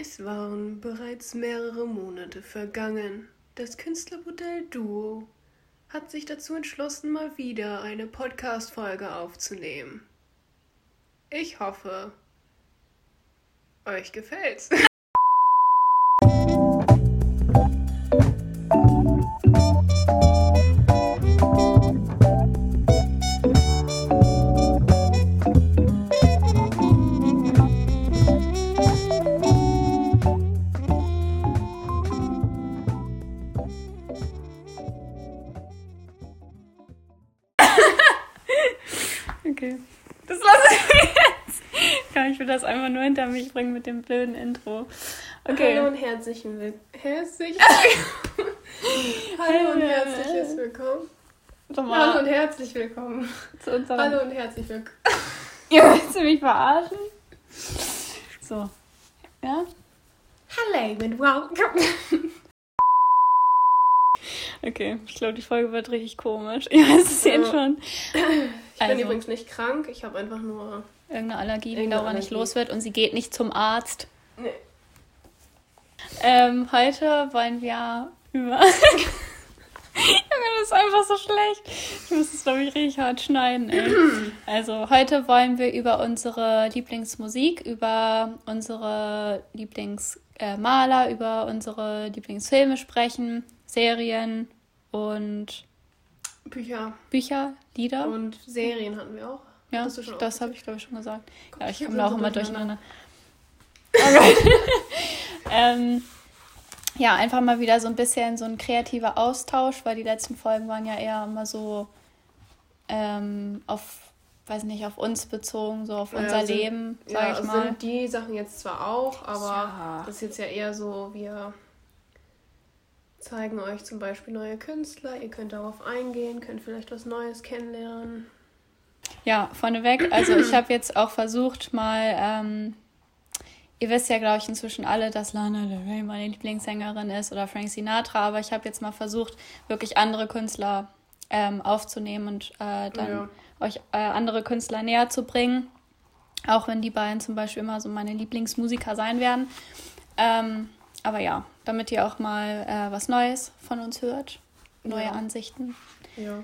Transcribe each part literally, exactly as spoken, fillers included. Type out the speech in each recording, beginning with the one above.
Es waren bereits mehrere Monate vergangen. Das Künstlermodell Duo hat sich dazu entschlossen, mal wieder eine Podcast-Folge aufzunehmen. Ich hoffe, euch gefällt's. Okay. Das lasse ich jetzt. Ja, ich will das einfach nur hinter mich bringen mit dem blöden Intro. Okay. Hallo und herzlich willkommen. Herzlich Hallo und herzliches Willkommen. Hallo und herzlich willkommen. Zu unserem... Hallo und herzlich willkommen. Ja, willst du mich verarschen? So. Ja? Hallo und welcome. Okay, ich glaube, die Folge wird richtig komisch. Ich weiß es jetzt schon. Ich bin also, übrigens nicht krank, ich habe einfach nur... Irgendeine Allergie, die Laura nicht los wird und sie geht nicht zum Arzt. Nee. Ähm, heute wollen wir über... Junge, das ist einfach so schlecht. Ich muss es, glaube ich, richtig hart schneiden, ey. Also, heute wollen wir über unsere Lieblingsmusik, über unsere Lieblingsmaler, über unsere Lieblingsfilme sprechen, Serien und... Bücher. Bücher, Lieder. Und Serien hatten wir auch. Ja, das habe ich, glaube ich, schon gesagt. Guck, ja, ich komme da auch so immer durcheinander. ähm, ja, einfach mal wieder so ein bisschen so ein kreativer Austausch, weil die letzten Folgen waren ja eher immer so ähm, auf, weiß nicht, auf uns bezogen, so auf ja, unser sind, Leben, sag ja, ich mal. Sind die Sachen jetzt zwar auch, aber ja. Das ist jetzt ja eher so, wir zeigen euch zum Beispiel neue Künstler, ihr könnt darauf eingehen, könnt vielleicht was Neues kennenlernen. Ja, vorneweg, also ich habe jetzt auch versucht mal, ähm, ihr wisst ja, glaube ich, inzwischen alle, dass Lana Del Rey meine Lieblingssängerin ist oder Frank Sinatra, aber ich habe jetzt mal versucht, wirklich andere Künstler ähm, aufzunehmen und äh, dann ja. euch äh, andere Künstler näher zu bringen, auch wenn die beiden zum Beispiel immer so meine Lieblingsmusiker sein werden. Ähm, aber ja, damit ihr auch mal äh, was Neues von uns hört, neue ja. Ansichten. Ja.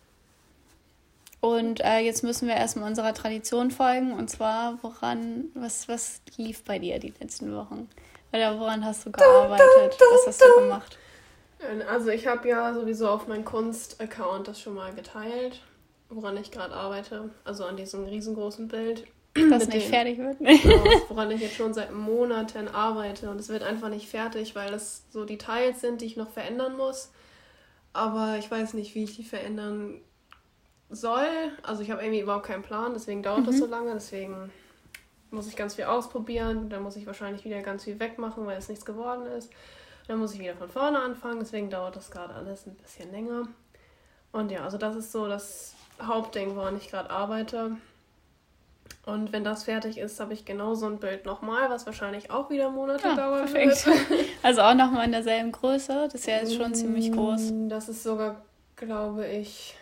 Und äh, jetzt müssen wir erstmal unserer Tradition folgen. Und zwar, woran, was, was lief bei dir die letzten Wochen? Oder woran hast du gearbeitet? Dun, dun, dun, was hast du gemacht? Also ich habe ja sowieso auf meinem Kunst-Account das schon mal geteilt, woran ich gerade arbeite. Also an diesem riesengroßen Bild. Das nicht den, fertig wird? Genau, woran ich jetzt schon seit Monaten arbeite. Und es wird einfach nicht fertig, weil das so Details sind, die ich noch verändern muss. Aber ich weiß nicht, wie ich die verändern soll. Also ich habe irgendwie überhaupt keinen Plan, deswegen dauert mhm. das so lange. Deswegen muss ich ganz viel ausprobieren. Dann muss ich wahrscheinlich wieder ganz viel wegmachen, weil es nichts geworden ist. Dann muss ich wieder von vorne anfangen. Deswegen dauert das gerade alles ein bisschen länger. Und ja, also das ist so das Hauptding, woran ich gerade arbeite. Und wenn das fertig ist, habe ich genau so ein Bild nochmal, was wahrscheinlich auch wieder Monate ja, dauern perfekt. wird. Also auch nochmal in derselben Größe. Das ist ja jetzt schon ziemlich groß. Das ist sogar, glaube ich,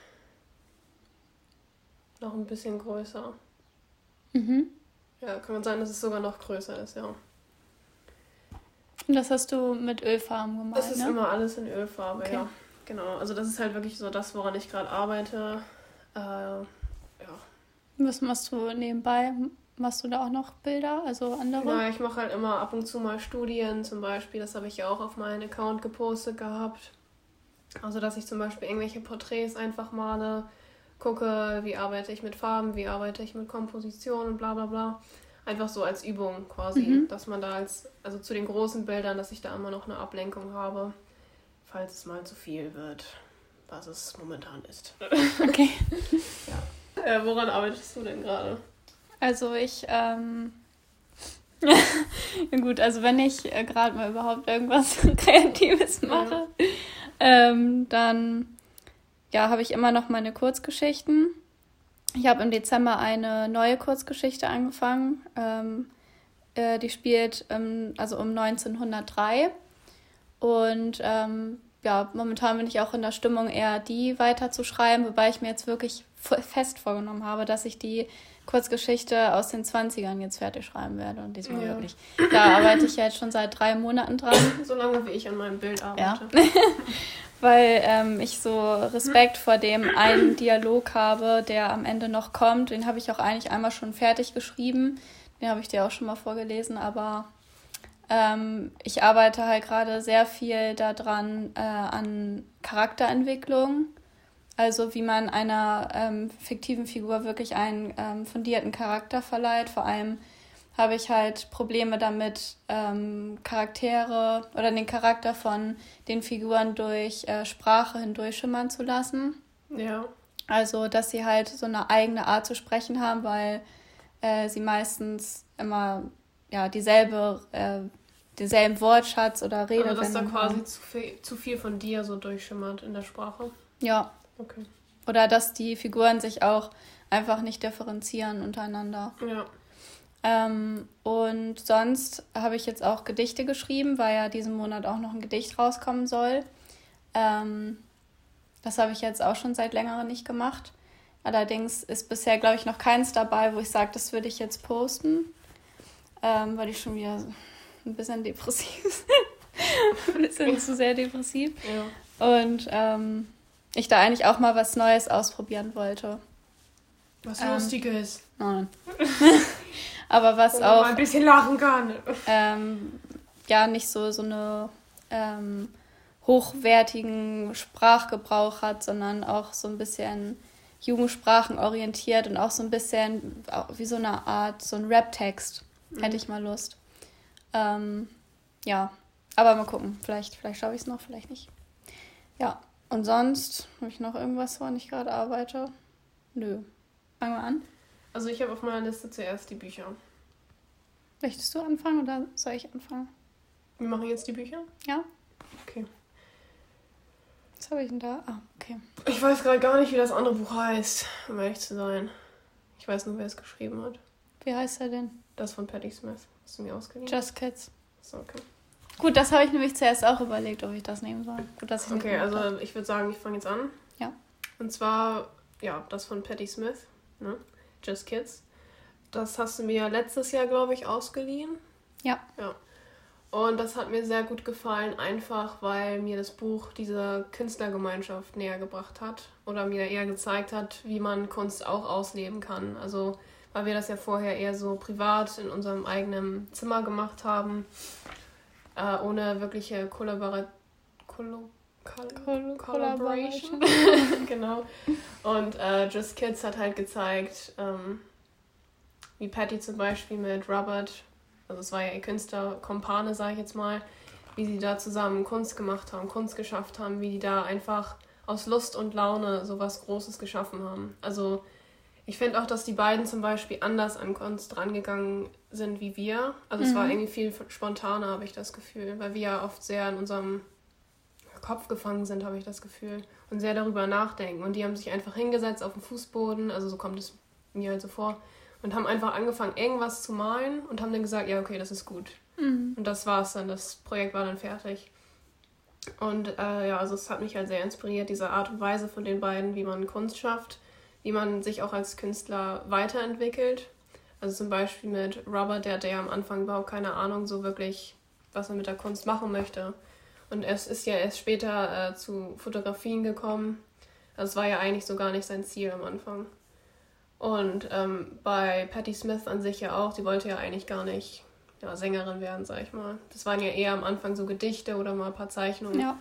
noch ein bisschen größer. Mhm. Ja, kann sein, dass es sogar noch größer ist, ja. Und das hast du mit Ölfarben gemalt, Das ist ne? immer alles in Ölfarbe, okay. ja. Genau, also das ist halt wirklich so das, woran ich gerade arbeite. Äh, ja. Was machst du nebenbei? Machst du da auch noch Bilder, also andere? Ja, ich mache halt immer ab und zu mal Studien zum Beispiel. Das habe ich ja auch auf meinen Account gepostet gehabt. Also, dass ich zum Beispiel irgendwelche Porträts einfach male, gucke, wie arbeite ich mit Farben, wie arbeite ich mit Komposition und bla bla bla. Einfach so als Übung quasi, mhm. dass man da als, also zu den großen Bildern, dass ich da immer noch eine Ablenkung habe, falls es mal zu viel wird, was es momentan ist. Okay. Ja. Äh, woran arbeitest du denn gerade? Also ich, ähm... ja gut, also wenn ich äh, gerade mal überhaupt irgendwas Kreatives mache, ja. ähm, dann ja, habe ich immer noch meine Kurzgeschichten. Ich habe im Dezember eine neue Kurzgeschichte angefangen. Ähm, äh, die spielt ähm, also um neunzehnhundertdrei. Und ähm, ja, momentan bin ich auch in der Stimmung, eher die weiterzuschreiben, wobei ich mir jetzt wirklich fest vorgenommen habe, dass ich die Kurzgeschichte aus den Zwanzigern jetzt fertig schreiben werde. Und diesmal ja. wirklich. Da arbeite ich ja jetzt schon seit drei Monaten dran. So lange wie ich an meinem Bild arbeite. Ja. Weil ähm, ich so Respekt vor dem einen Dialog habe, der am Ende noch kommt. Den habe ich auch eigentlich einmal schon fertig geschrieben. Den habe ich dir auch schon mal vorgelesen, aber ähm, ich arbeite halt gerade sehr viel daran äh, an Charakterentwicklung. Also wie man einer ähm, fiktiven Figur wirklich einen ähm, fundierten Charakter verleiht. Vor allem habe ich halt Probleme damit, ähm, Charaktere oder den Charakter von den Figuren durch äh, Sprache hindurchschimmern zu lassen. Ja. Also, dass sie halt so eine eigene Art zu sprechen haben, weil äh, sie meistens immer ja dieselbe, äh, denselben Wortschatz oder Redewendung haben. Also, dass da quasi zu viel, zu viel von dir so durchschimmert in der Sprache? Ja. Okay. Oder dass die Figuren sich auch einfach nicht differenzieren untereinander. Ja. Ähm, und sonst habe ich jetzt auch Gedichte geschrieben, weil ja diesen Monat auch noch ein Gedicht rauskommen soll. Ähm, das habe ich jetzt auch schon seit längerem nicht gemacht. Allerdings ist bisher, glaube ich, noch keins dabei, wo ich sage, das würde ich jetzt posten, ähm, weil ich schon wieder ein bisschen depressiv bin. ein bisschen zu sehr depressiv. Ja. Und ähm, ich da eigentlich auch mal was Neues ausprobieren wollte. Was ähm, Lustiges. Nein. Aber was wo auch... man ein bisschen lachen kann. Ähm, ja, nicht so, so eine ähm, hochwertigen Sprachgebrauch hat, sondern auch so ein bisschen Jugendsprachen orientiert und auch so ein bisschen wie so eine Art, so ein Rap-Text. Mhm. Hätte ich mal Lust. Ähm, ja, aber mal gucken. Vielleicht, vielleicht schaffe ich es noch, vielleicht nicht. Ja, und sonst habe ich noch irgendwas, woran ich gerade arbeite? Nö. Fangen wir an. Also ich habe auf meiner Liste zuerst die Bücher. Möchtest du anfangen oder soll ich anfangen? Wir machen jetzt die Bücher? Ja. Okay. Was habe ich denn da? Ah, okay. Ich weiß gerade gar nicht, wie das andere Buch heißt, um ehrlich zu sein. Ich weiß nur, wer es geschrieben hat. Wie heißt er denn? Das von Patti Smith. Hast du mir ausgeliehen? Just Kids. So, okay. Gut, das habe ich nämlich zuerst auch überlegt, ob ich das nehmen soll. Gut, dass ich okay, also habe. Ich würde sagen, ich fange jetzt an. Ja. Und zwar, ja, das von Patti Smith, ne? Just Kids. Das hast du mir letztes Jahr, glaube ich, ausgeliehen. Ja. Ja. Und das hat mir sehr gut gefallen, einfach weil mir das Buch diese Künstlergemeinschaft näher gebracht hat oder mir eher gezeigt hat, wie man Kunst auch ausleben kann. Also, weil wir das ja vorher eher so privat in unserem eigenen Zimmer gemacht haben, äh, ohne wirkliche Kollabora- Kollo- Koll- Collaboration. Genau. Und äh, Just Kids hat halt gezeigt, ähm, wie Patti zum Beispiel mit Robert, also es war ja ihr Künstlerkompane, sage ich jetzt mal, wie sie da zusammen Kunst gemacht haben, Kunst geschafft haben, wie die da einfach aus Lust und Laune so was Großes geschaffen haben. Also ich finde auch, dass die beiden zum Beispiel anders an Kunst rangegangen sind wie wir. Also mhm. es war irgendwie viel spontaner, habe ich das Gefühl, weil wir ja oft sehr in unserem Kopf gefangen sind, habe ich das Gefühl, und sehr darüber nachdenken. Und die haben sich einfach hingesetzt auf den Fußboden, also so kommt es mir halt so vor, und haben einfach angefangen, irgendwas zu malen und haben dann gesagt, ja, okay, das ist gut. Mhm. Und das war's dann, das Projekt war dann fertig. Und äh, ja, also es hat mich halt sehr inspiriert, diese Art und Weise von den beiden, wie man Kunst schafft, wie man sich auch als Künstler weiterentwickelt. Also zum Beispiel mit Robert, der hatte ja am Anfang überhaupt keine Ahnung so wirklich, was er mit der Kunst machen möchte. Und es ist ja erst später äh, zu Fotografien gekommen. Das war ja eigentlich so gar nicht sein Ziel am Anfang. Und ähm, bei Patti Smith an sich ja auch, die wollte ja eigentlich gar nicht ja, Sängerin werden, sag ich mal. Das waren ja eher am Anfang so Gedichte oder mal ein paar Zeichnungen. Ja.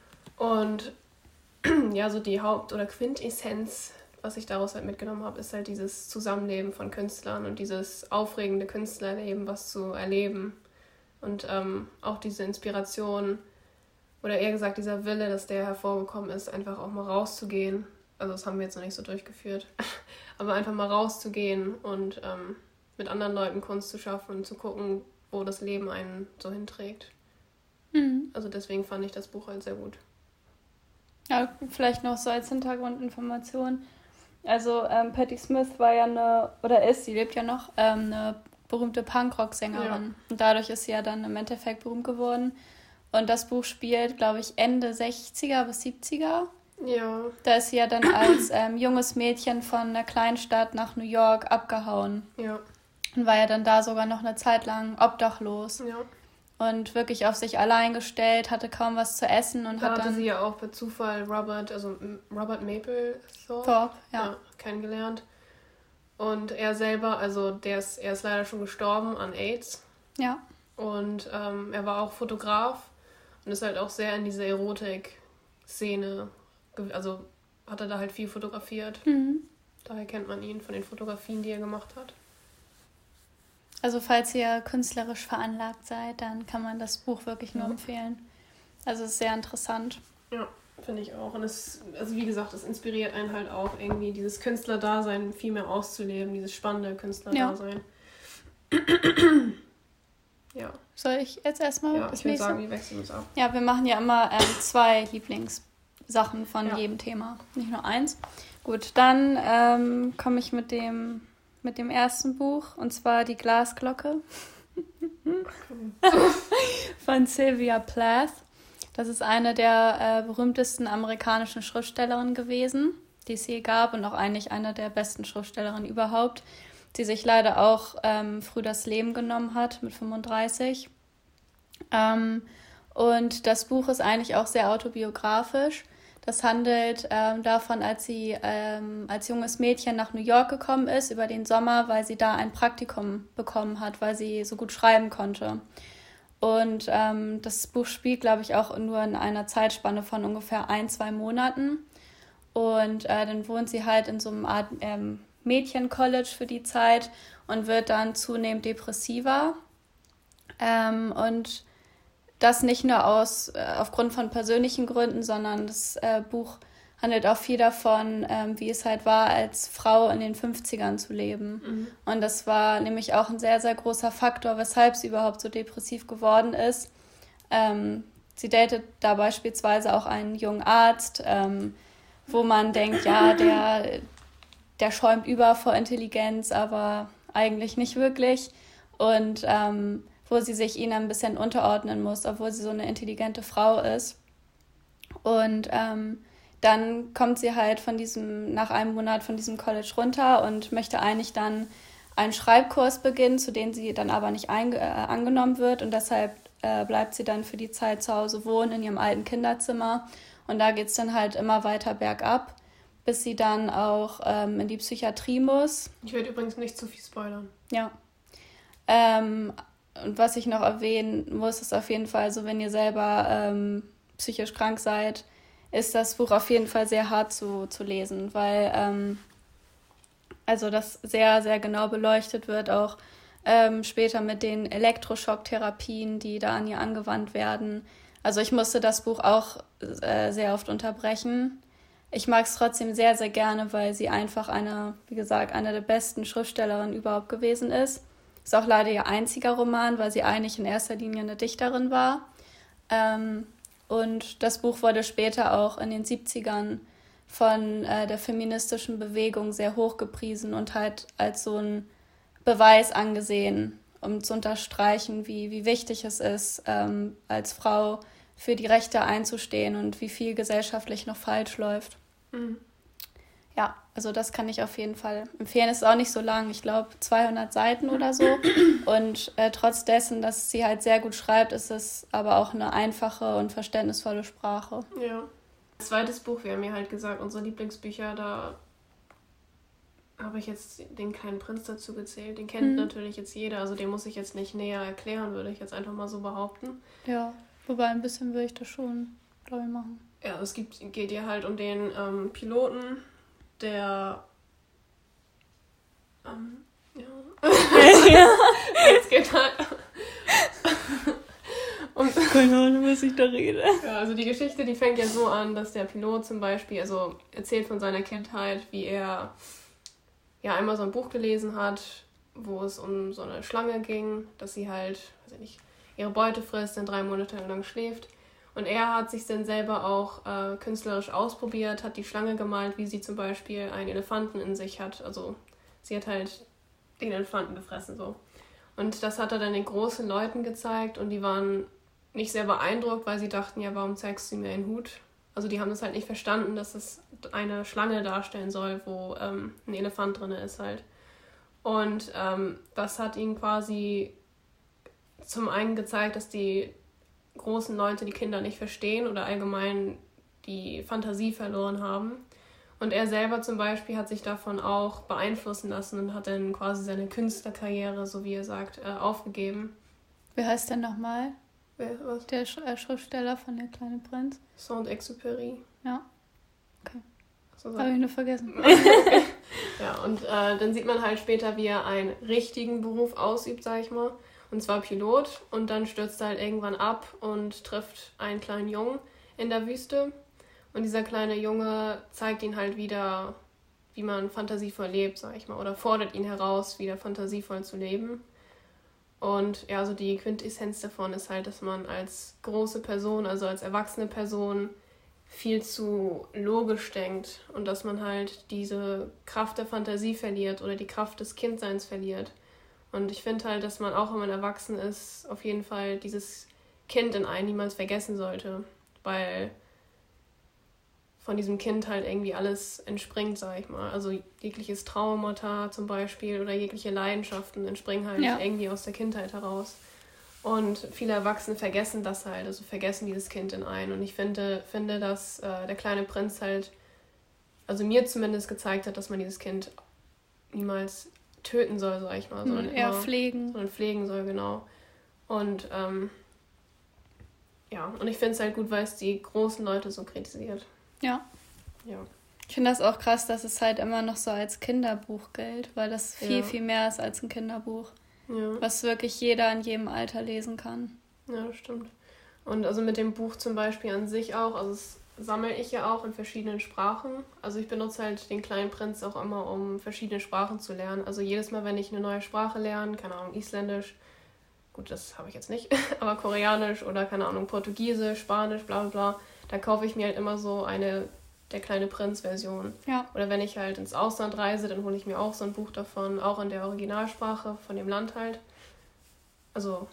Und ja, so die Haupt- oder Quintessenz, was ich daraus halt mitgenommen habe, ist halt dieses Zusammenleben von Künstlern und dieses aufregende Künstlerleben, was zu erleben. Und ähm, auch diese Inspiration oder eher gesagt dieser Wille, dass der hervorgekommen ist, einfach auch mal rauszugehen. Also das haben wir jetzt noch nicht so durchgeführt. Aber einfach mal rauszugehen und ähm, mit anderen Leuten Kunst zu schaffen und zu gucken, wo das Leben einen so hinträgt. Mhm. Also deswegen fand ich das Buch halt sehr gut. Ja, vielleicht noch so als Hintergrundinformation. Also ähm, Patti Smith war ja eine, oder ist, sie lebt ja noch, ähm, eine berühmte Punkrock-Sängerin. Ja. Und dadurch ist sie ja dann im Endeffekt berühmt geworden. Und das Buch spielt, glaube ich, Ende sechziger bis siebziger. Ja. Da ist sie ja dann als ähm, junges Mädchen von einer Kleinstadt nach New York abgehauen. Ja. Und war ja dann da sogar noch eine Zeit lang obdachlos. Ja. Und wirklich auf sich allein gestellt, hatte kaum was zu essen und da hat hatte dann... sie ja auch per Zufall Robert, also Robert Mapplethorpe, Thorpe, ja. ja, kennengelernt. Und er selber, also der ist, er ist leider schon gestorben an AIDS. Ja. Und ähm, er war auch Fotograf und ist halt auch sehr in diese Erotik-Szene, also hat er da halt viel fotografiert. Mhm. Daher kennt man ihn von den Fotografien, die er gemacht hat. Also falls ihr künstlerisch veranlagt seid, dann kann man das Buch wirklich nur ja. empfehlen. Also es ist sehr interessant. Ja, finde ich auch. Und es, also wie gesagt, es inspiriert einen halt auch irgendwie, dieses Künstlerdasein viel mehr auszuleben, dieses spannende Künstlerdasein. Ja. ja. Soll ich jetzt erstmal ja, das ich würde nächste? sagen, wir wechseln uns ab. Ja, wir machen ja immer ähm, zwei Lieblingssachen von ja. jedem Thema, nicht nur eins. Gut, dann ähm, komme ich mit dem, mit dem ersten Buch, und zwar Die Glasglocke von Sylvia Plath. Das ist eine der äh, berühmtesten amerikanischen Schriftstellerinnen gewesen, die es je gab, und auch eigentlich eine der besten Schriftstellerinnen überhaupt, die sich leider auch ähm, früh das Leben genommen hat, mit fünfunddreißig. Ähm, und das Buch ist eigentlich auch sehr autobiografisch. Das handelt ähm, davon, als sie ähm, als junges Mädchen nach New York gekommen ist über den Sommer, weil sie da ein Praktikum bekommen hat, weil sie so gut schreiben konnte. Und ähm, das Buch spielt, glaube ich, auch nur in einer Zeitspanne von ungefähr ein, zwei Monaten. Und äh, dann wohnt sie halt in so einem Art ähm, Mädchen-College für die Zeit und wird dann zunehmend depressiver. Ähm, und das nicht nur aus äh, aufgrund von persönlichen Gründen, sondern das äh, Buch handelt auch viel davon, ähm, wie es halt war, als Frau in den fünfzigern zu leben. Mhm. Und das war nämlich auch ein sehr, sehr großer Faktor, weshalb sie überhaupt so depressiv geworden ist. Ähm, sie datet da beispielsweise auch einen jungen Arzt, ähm, wo man denkt, ja, der, der schäumt über vor Intelligenz, aber eigentlich nicht wirklich. Und ähm, wo sie sich ihnen ein bisschen unterordnen muss, obwohl sie so eine intelligente Frau ist. Und ähm, dann kommt sie halt von diesem, nach einem Monat von diesem College runter und möchte eigentlich dann einen Schreibkurs beginnen, zu dem sie dann aber nicht einge- äh, angenommen wird. Und deshalb äh, bleibt sie dann für die Zeit zu Hause wohnen in ihrem alten Kinderzimmer. Und da geht es dann halt immer weiter bergab, bis sie dann auch ähm, in die Psychiatrie muss. Ich werde übrigens nicht zu viel spoilern. Ja. Ähm, und was ich noch erwähnen muss, ist auf jeden Fall so, wenn ihr selber ähm, psychisch krank seid, ist das Buch auf jeden Fall sehr hart zu, zu lesen, weil ähm, also das sehr, sehr genau beleuchtet wird, auch ähm, später mit den Elektroschocktherapien, die da an ihr angewandt werden. Also ich musste das Buch auch äh, sehr oft unterbrechen. Ich mag es trotzdem sehr, sehr gerne, weil sie einfach eine, wie gesagt, eine der besten Schriftstellerinnen überhaupt gewesen ist. Ist auch leider ihr einziger Roman, weil sie eigentlich in erster Linie eine Dichterin war. Ähm, und das Buch wurde später auch in den siebzigern von äh, der feministischen Bewegung sehr hoch gepriesen und halt als so ein Beweis angesehen, um zu unterstreichen, wie, wie wichtig es ist, ähm, als Frau für die Rechte einzustehen und wie viel gesellschaftlich noch falsch läuft. Mhm. Ja, also das kann ich auf jeden Fall empfehlen. Es ist auch nicht so lang, ich glaube zweihundert Seiten oder so. Und äh, trotz dessen, dass sie halt sehr gut schreibt, ist es aber auch eine einfache und verständnisvolle Sprache. Ja. Zweites Buch, wir haben ja halt gesagt, unsere Lieblingsbücher, da habe ich jetzt den Kleinen Prinz dazu gezählt. Den kennt mhm. natürlich jetzt jeder, also den muss ich jetzt nicht näher erklären, würde ich jetzt einfach mal so behaupten. Ja, wobei ein bisschen würde ich das schon, glaube ich, machen. Ja, es gibt, geht ja halt um den ähm, Piloten, der ähm, ja. Es geht halt um, keine Ahnung, was ich da rede. Ja, also die Geschichte, die fängt ja so an, dass der Pilot zum Beispiel, also erzählt von seiner Kindheit, wie er ja einmal so ein Buch gelesen hat, wo es um so eine Schlange ging, dass sie halt, weiß ich nicht, ihre Beute frisst, dann drei Monate lang schläft. Und er hat sich dann selber auch äh, künstlerisch ausprobiert, hat die Schlange gemalt, wie sie zum Beispiel einen Elefanten in sich hat. Also sie hat halt den Elefanten gefressen so. Und das hat er dann den großen Leuten gezeigt und die waren nicht sehr beeindruckt, weil sie dachten, ja, warum zeigst du mir einen Hut? Also die haben das halt nicht verstanden, dass es eine Schlange darstellen soll, wo ähm, ein Elefant drin ist halt. Und ähm, das hat ihnen quasi zum einen gezeigt, dass die großen Leute die Kinder nicht verstehen oder allgemein die Fantasie verloren haben. Und er selber zum Beispiel hat sich davon auch beeinflussen lassen und hat dann quasi seine Künstlerkarriere, so wie er sagt, äh, aufgegeben. Wer heißt denn nochmal? Wer, was? Der Sch- äh, Schriftsteller von Der kleine Prinz? Saint-Exupéry. Ja. Okay. So Habe ich nur vergessen. Ja, und äh, dann sieht man halt später, wie er einen richtigen Beruf ausübt, sag ich mal. Und zwar Pilot. Und dann stürzt er halt irgendwann ab und trifft einen kleinen Jungen in der Wüste. Und dieser kleine Junge zeigt ihn halt wieder, wie man fantasievoll lebt, sag ich mal. Oder fordert ihn heraus, wieder fantasievoll zu leben. Und ja, so die Quintessenz davon ist halt, dass man als große Person, also als erwachsene Person, viel zu logisch denkt und dass man halt diese Kraft der Fantasie verliert oder die Kraft des Kindseins verliert. Und ich finde halt, dass man auch, wenn man erwachsen ist, auf jeden Fall dieses Kind in einem niemals vergessen sollte, weil von diesem Kind halt irgendwie alles entspringt, sag ich mal. Also jegliches Traumata zum Beispiel oder jegliche Leidenschaften entspringen halt ja. irgendwie aus der Kindheit heraus. Und viele Erwachsene vergessen das halt, also vergessen dieses Kind in einen. Und ich finde, finde dass äh, der kleine Prinz halt, also mir zumindest gezeigt hat, dass man dieses Kind niemals töten soll, sag ich mal. Sondern eher immer, pflegen. Sondern pflegen soll, genau. Und ähm, ja, und ich finde es halt gut, weil es die großen Leute so kritisiert. Ja. Ja. Ich finde das auch krass, dass es halt immer noch so als Kinderbuch gilt, weil das viel, Ja. viel mehr ist als ein Kinderbuch. Ja. Was wirklich jeder in jedem Alter lesen kann. Ja, das stimmt. Und also mit dem Buch zum Beispiel an sich auch, also das sammle ich ja auch in verschiedenen Sprachen. Also ich benutze halt den kleinen Prinz auch immer, um verschiedene Sprachen zu lernen. Also jedes Mal, wenn ich eine neue Sprache lerne, keine Ahnung, Isländisch, gut, das habe ich jetzt nicht, aber Koreanisch oder keine Ahnung, Portugiesisch, Spanisch, bla bla bla, da kaufe ich mir halt immer so eine der kleine Prinz-Version. Ja. Oder wenn ich halt ins Ausland reise, dann hole ich mir auch so ein Buch davon, auch in der Originalsprache von dem Land halt. Also,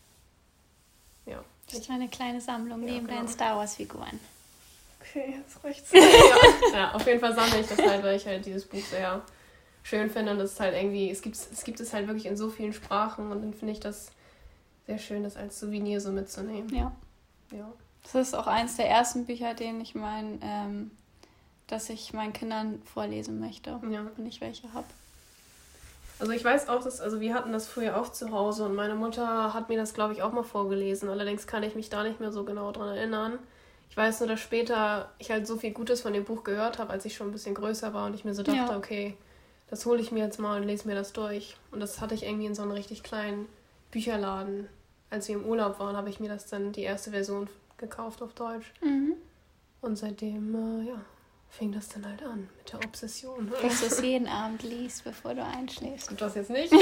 ja. Das ist eine kleine Sammlung Ja, neben genau. deinen Star Wars-Figuren. Okay, jetzt reicht's. ja. ja, auf jeden Fall sammle ich das halt, weil ich halt dieses Buch sehr schön finde. Und es ist halt irgendwie, es gibt, es gibt es halt wirklich in so vielen Sprachen und dann finde ich das sehr schön, das als Souvenir so mitzunehmen. Ja. Ja. Das ist auch eins der ersten Bücher, denen ich mein, ähm, dass ich meinen Kindern vorlesen möchte, Ja. wenn ich welche habe. Also ich weiß auch, dass, also wir hatten das früher auch zu Hause und meine Mutter hat mir das, glaube ich, auch mal vorgelesen. Allerdings kann ich mich da nicht mehr so genau dran erinnern. Ich weiß nur, dass später ich halt so viel Gutes von dem Buch gehört habe, als ich schon ein bisschen größer war und ich mir so dachte, Ja. okay, das hole ich mir jetzt mal und lese mir das durch. Und das hatte ich irgendwie in so einem richtig kleinen Bücherladen. Als wir im Urlaub waren, habe ich mir das dann, die erste Version gekauft auf Deutsch. Mhm. Und seitdem, äh, ja, fing das dann halt an mit der Obsession. Dass du es jeden Abend liest, bevor du einschläfst. Das jetzt nicht.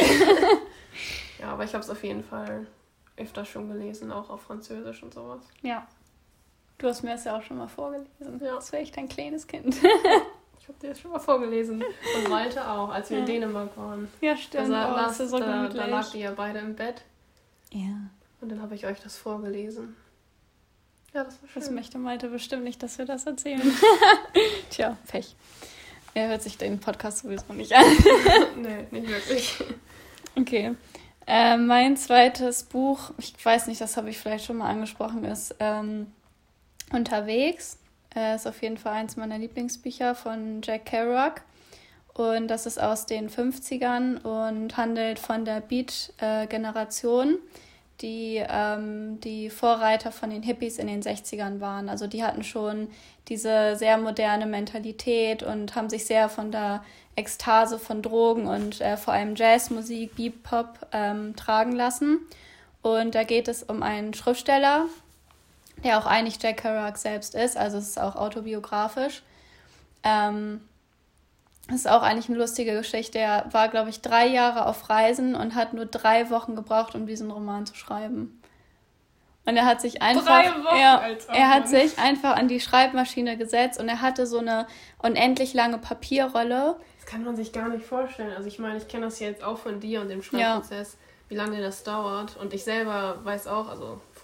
Ja, aber ich habe es auf jeden Fall öfter schon gelesen, auch auf Französisch und sowas. Ja. Du hast mir das ja auch schon mal vorgelesen. Ja. Das wäre echt ein kleines Kind. Ich habe dir das schon mal vorgelesen. Und Malte auch, als wir Ja. in Dänemark waren. Ja, stimmt. Da, Oh, lag, das ist so da, da gemütlich. lag ihr ja beide im Bett. Ja. Und dann habe ich euch das vorgelesen. Ja, das war schön. Das möchte Malte bestimmt nicht, dass wir das erzählen. Tja, Pech. Er hört sich den Podcast sowieso nicht an. Nee, nicht wirklich. Okay. Äh, mein zweites Buch, ich weiß nicht, das habe ich vielleicht schon mal angesprochen, ist ähm, Unterwegs. Äh, ist auf jeden Fall eins meiner Lieblingsbücher von Jack Kerouac. Und das ist aus den fünfzigern und handelt von der Beat-Generation, die ähm, die Vorreiter von den Hippies in den sechzigern waren. Also die hatten schon diese sehr moderne Mentalität und haben sich sehr von der Ekstase von Drogen und äh, vor allem Jazzmusik, Bebop ähm, tragen lassen. Und da geht es um einen Schriftsteller, der auch eigentlich Jack Kerouac selbst ist, also es ist auch autobiografisch. Ähm, Das ist auch eigentlich eine lustige Geschichte. Er war, glaube ich, drei Jahre auf Reisen und hat nur drei Wochen gebraucht, um diesen Roman zu schreiben. Und er hat sich einfach, Drei Wochen, ja, Alter, er hat Mann. sich einfach an die Schreibmaschine gesetzt und er hatte so eine unendlich lange Papierrolle. Das kann man sich gar nicht vorstellen. Also ich meine, ich kenne das jetzt auch von dir und dem Schreibprozess, wie lange das dauert. Und ich selber weiß auch, also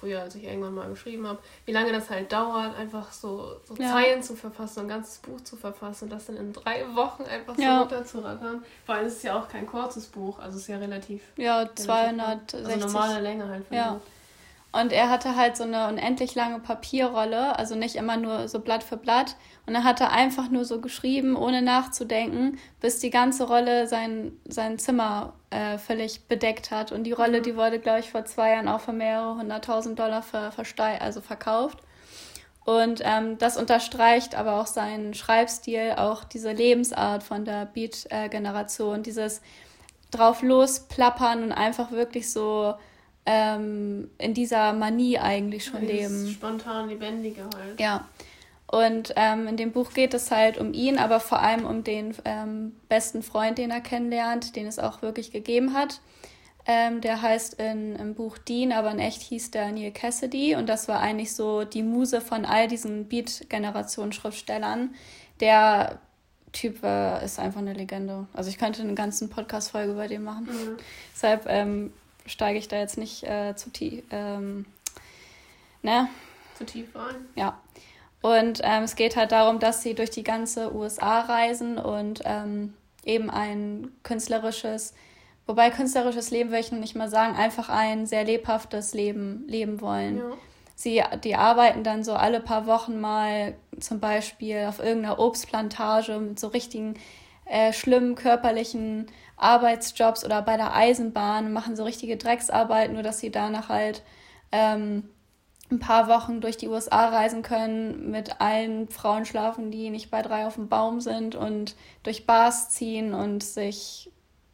früher, als ich irgendwann mal geschrieben habe, wie lange das halt dauert, einfach so, so Ja. Zeilen zu verfassen, ein ganzes Buch zu verfassen und das dann in drei Wochen einfach so Ja. runterzurattern. Vor allem ist es ja auch kein kurzes Buch, also es ist ja relativ... Ja, zweihundertsechzig. Also normale Länge halt von Ja. Buch. Und er hatte halt so eine unendlich lange Papierrolle, also nicht immer nur so Blatt für Blatt. Und er hatte einfach nur so geschrieben, ohne nachzudenken, bis die ganze Rolle sein, sein Zimmer äh, völlig bedeckt hat. Und die Rolle, Mhm. die wurde, glaube ich, vor zwei Jahren auch für mehrere hunderttausend Dollar ver, verstei- also verkauft. Und ähm, das unterstreicht aber auch seinen Schreibstil, auch diese Lebensart von der Beat-Generation, dieses drauf losplappern und einfach wirklich so ähm, in dieser Manie eigentlich schon Ja, dieses leben. spontan Lebendige halt. Ja. Und ähm, in dem Buch geht es halt um ihn, aber vor allem um den ähm, besten Freund, den er kennenlernt, den es auch wirklich gegeben hat. Ähm, der heißt in, im Buch Dean, aber in echt hieß der Neil Cassidy. Und das war eigentlich so die Muse von all diesen Beat-Generation-Schriftstellern. Der Typ äh, ist einfach eine Legende. Also ich könnte eine ganze Podcast-Folge über den machen. Mhm. Deshalb ähm, steige ich da jetzt nicht äh, zu tief. Ähm, ne? Zu tief rein. Ja. Und ähm, es geht halt darum, dass sie durch die ganze U S A reisen und ähm, eben ein künstlerisches, wobei künstlerisches Leben will ich noch nicht mal sagen, einfach ein sehr lebhaftes Leben leben wollen. Ja. Sie, die arbeiten dann so alle paar Wochen mal zum Beispiel auf irgendeiner Obstplantage mit so richtigen äh, schlimmen körperlichen Arbeitsjobs oder bei der Eisenbahn, machen so richtige Drecksarbeit, nur dass sie danach halt ähm, ein paar Wochen durch die U S A reisen können, mit allen Frauen schlafen, die nicht bei drei auf dem Baum sind und durch Bars ziehen und sich,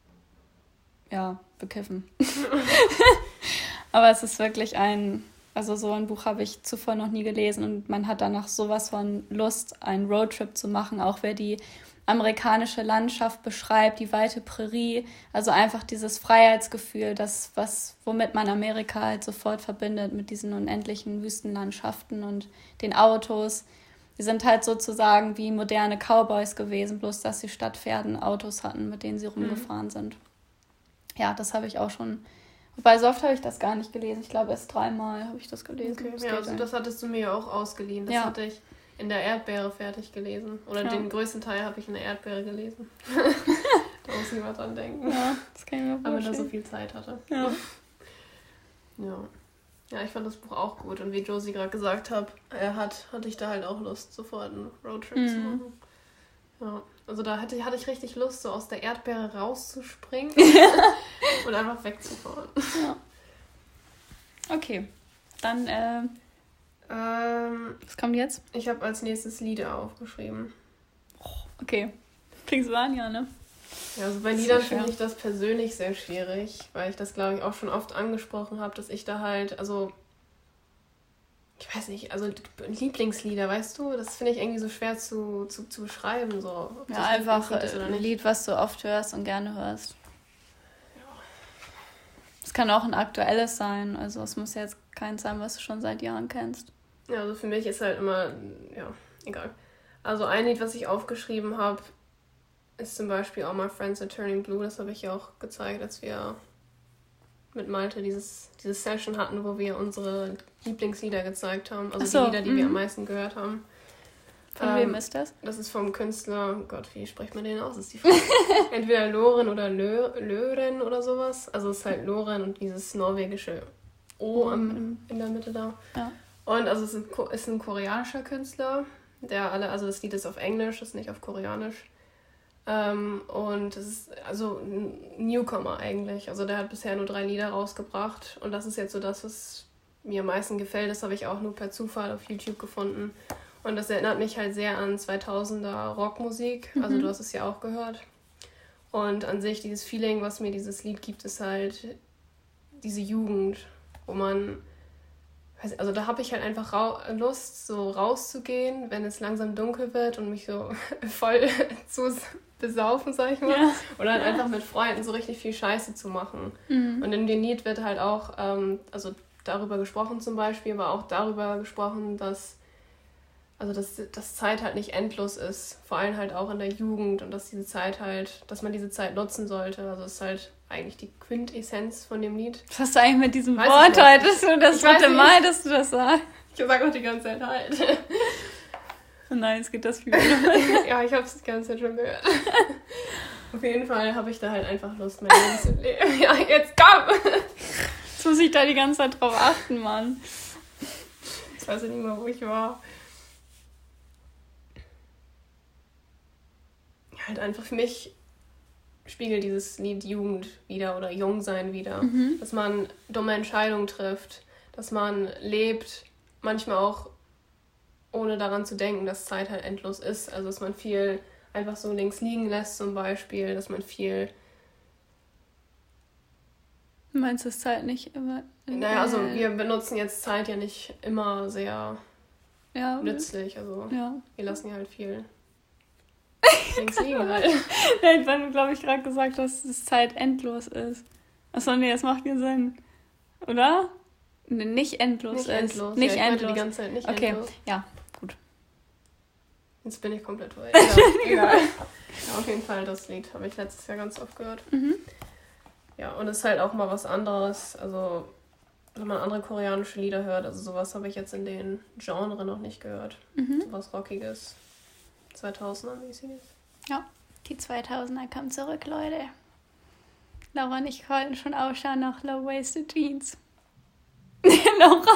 ja, bekiffen. Aber es ist wirklich ein, also so ein Buch habe ich zuvor noch nie gelesen und man hat danach sowas von Lust, einen Roadtrip zu machen, auch wer die amerikanische Landschaft beschreibt, die weite Prärie, also einfach dieses Freiheitsgefühl, das, was, womit man Amerika halt sofort verbindet, mit diesen unendlichen Wüstenlandschaften und den Autos. Die sind halt sozusagen wie moderne Cowboys gewesen, bloß dass sie statt Pferden Autos hatten, mit denen sie rumgefahren mhm. sind. Ja, das habe ich auch schon, wobei so oft habe ich das gar nicht gelesen. Ich glaube, erst dreimal habe ich das gelesen. Okay. Das ja, also das hattest du mir ja auch ausgeliehen. Das ja. hatte ich in der Erdbeere fertig gelesen. Oder ja. den größten Teil habe ich in der Erdbeere gelesen. Da muss niemand dran denken. Ja, das kann ich mir vorstellen. Aber wenn er so viel Zeit hatte. Ja. Ja. Ja, ich fand das Buch auch gut. Und wie Josie gerade gesagt hat, er hat, hatte ich da halt auch Lust, sofort einen Roadtrip mhm. zu machen. Ja. Also da hatte, hatte ich richtig Lust, so aus der Erdbeere rauszuspringen und einfach wegzufahren. Ja. Okay. Dann, äh, ähm, was kommt jetzt? Ich habe als nächstes Lieder aufgeschrieben. Oh, okay. Klingt so an, ja, ne? Ja, also bei Liedern finde ich das persönlich sehr schwierig, weil ich das, glaube ich, auch schon oft angesprochen habe, dass ich da halt, also, ich weiß nicht, also Lieblingslieder, weißt du, das finde ich irgendwie so schwer zu, zu, zu beschreiben. So, ja, einfach ein Lied, was du oft hörst und gerne hörst. Es ja. kann auch ein aktuelles sein, also es muss jetzt keins sein, was du schon seit Jahren kennst. Ja, also für mich ist halt immer, ja, egal. Also ein Lied, was ich aufgeschrieben habe, ist zum Beispiel All My Friends Are Turning Blue. Das habe ich ja auch gezeigt, als wir mit Malte dieses, diese Session hatten, wo wir unsere Lieblingslieder gezeigt haben. Also so, die Lieder, die m- wir am meisten gehört haben. Von ähm, wem ist das? Das ist vom Künstler, Gott, wie spricht man den aus? Das ist die Frage. Entweder Loren oder Lö, Lören oder sowas. Also es ist halt Loren und dieses norwegische O am, in der Mitte da. Ja. Und also es ist ein, ist ein koreanischer Künstler, der alle, also das Lied ist auf Englisch, ist nicht auf Koreanisch. Ähm, und es ist also ein Newcomer eigentlich. Also der hat bisher nur drei Lieder rausgebracht. Und das ist jetzt so das, was mir am meisten gefällt. Das habe ich auch nur per Zufall auf YouTube gefunden. Und das erinnert mich halt sehr an zweitausender Rockmusik. Also mhm. du hast es ja auch gehört. Und an sich dieses Feeling, was mir dieses Lied gibt, ist halt diese Jugend, wo man... Also da habe ich halt einfach ra- Lust, so rauszugehen, wenn es langsam dunkel wird und mich so voll zu besaufen, sag ich mal. Ja. Oder halt einfach mit Freunden so richtig viel Scheiße zu machen. Mhm. Und in dem Lied wird halt auch, ähm, also darüber gesprochen zum Beispiel, aber auch darüber gesprochen, dass also dass, dass Zeit halt nicht endlos ist, vor allem halt auch in der Jugend und dass diese Zeit halt, dass man diese Zeit nutzen sollte. Also es ist halt eigentlich die Quintessenz von dem Lied. Was hast du eigentlich mit diesem weiß Wort heute? Das ist das dritte Mal, dass du das sagst. Ich sag auch die ganze Zeit halt. Oh nein, es geht das viel. Ja, ich hab's die ganze Zeit schon gehört. Auf jeden Fall habe ich da halt einfach Lust, mein Leben zu leben. Ja, jetzt komm! Jetzt muss ich da die ganze Zeit drauf achten, Mann. Ich weiß nicht mehr, wo ich war. Halt einfach für mich spiegelt dieses Lied Jugend wieder oder Jungsein wieder. Mhm. Dass man dumme Entscheidungen trifft, dass man lebt, manchmal auch ohne daran zu denken, dass Zeit halt endlos ist. Also dass man viel einfach so links liegen lässt zum Beispiel, dass man viel... Meinst du, dass Zeit nicht immer... Naja, also wir benutzen jetzt Zeit ja nicht immer sehr ja, nützlich. Also ja. wir lassen ja halt viel links liegen halt. Nein, weil du, glaube ich, gerade gesagt hast, dass Zeit endlos ist. Achso, nee, das macht keinen Sinn. Oder? Nee, nicht endlos nicht ist. Endlos. Nicht ja, ich endlos. Die ganze Zeit nicht okay, endlos. ja, gut. Jetzt bin ich komplett voll. Ja, egal. Ja, auf jeden Fall, das Lied habe ich letztes Jahr ganz oft gehört. Mhm. Ja, und es ist halt auch mal was anderes. Also, wenn man andere koreanische Lieder hört, also sowas habe ich jetzt in den Genre noch nicht gehört. Mhm. Sowas Rockiges. zweitausender-mäßiges. Ja, die zweitausender kamen zurück, Leute. Laura und ich wollten schon ausschauen nach Low-Waisted Jeans. Laura.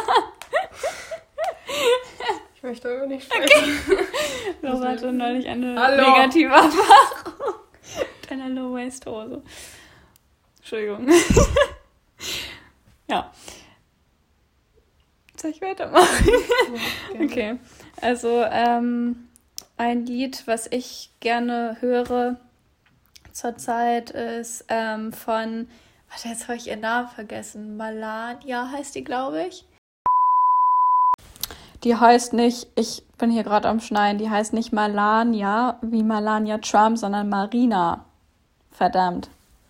Ich möchte aber nicht sprechen. Okay. Laura hatte neulich eine Hallo. negative Erfahrung mit einer Low-Waist-Hose. Entschuldigung. Ja. Soll ich weitermachen? Ja, okay. Also, ähm, ein Lied, was ich gerne höre zurzeit, ist ähm, von, warte, jetzt habe ich ihren Namen vergessen. Malania heißt die, glaube ich. Die heißt nicht, ich bin hier gerade am Schneiden, die heißt nicht Malania wie Melania Trump, sondern Marina. Verdammt.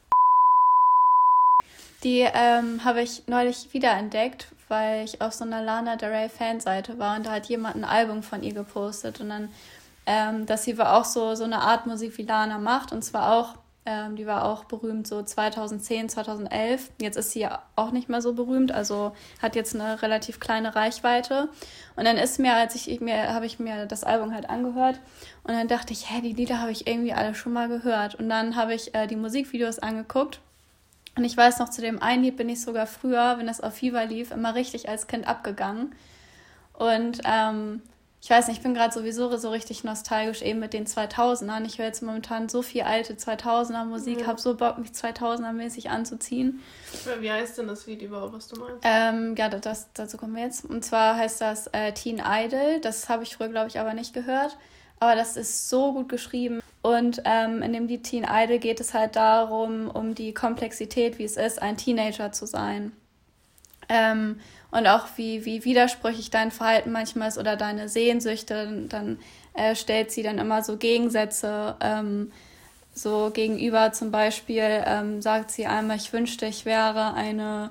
Die ähm, habe ich neulich wiederentdeckt, weil ich auf so einer Lana Del Rey Fanseite war und da hat jemand ein Album von ihr gepostet und dann, ähm, dass sie auch so, so eine Art Musik wie Lana macht und zwar auch, ähm, die war auch berühmt so zweitausendzehn, zweitausendelf. Jetzt ist sie ja auch nicht mehr so berühmt, also hat jetzt eine relativ kleine Reichweite. Und dann ist mir, als ich mir, habe ich mir das Album halt angehört und dann dachte ich, hä, die Lieder habe ich irgendwie alle schon mal gehört. Und dann habe ich äh, die Musikvideos angeguckt. Und ich weiß noch, zu dem einen Lied bin ich sogar früher, wenn das auf Viva lief, immer richtig als Kind abgegangen. Und ähm, ich weiß nicht, ich bin gerade sowieso so richtig nostalgisch eben mit den zweitausendern. Ich höre jetzt momentan so viel alte zweitausender-Musik, mhm. habe so Bock, mich zweitausender-mäßig anzuziehen. Wie heißt denn das Lied überhaupt, was du meinst? Ähm, ja, das, dazu kommen wir jetzt. Und zwar heißt das äh, Teen Idol. Das habe ich früher, glaube ich, aber nicht gehört. Aber das ist so gut geschrieben. Und ähm, in dem Lied Teen Idol geht es halt darum, um die Komplexität, wie es ist, ein Teenager zu sein. Ähm, und auch wie, wie widersprüchlich dein Verhalten manchmal ist oder deine Sehnsüchte. Dann äh, stellt sie dann immer so Gegensätze ähm, so gegenüber. Zum Beispiel ähm, sagt sie einmal, ich wünschte, ich wäre eine...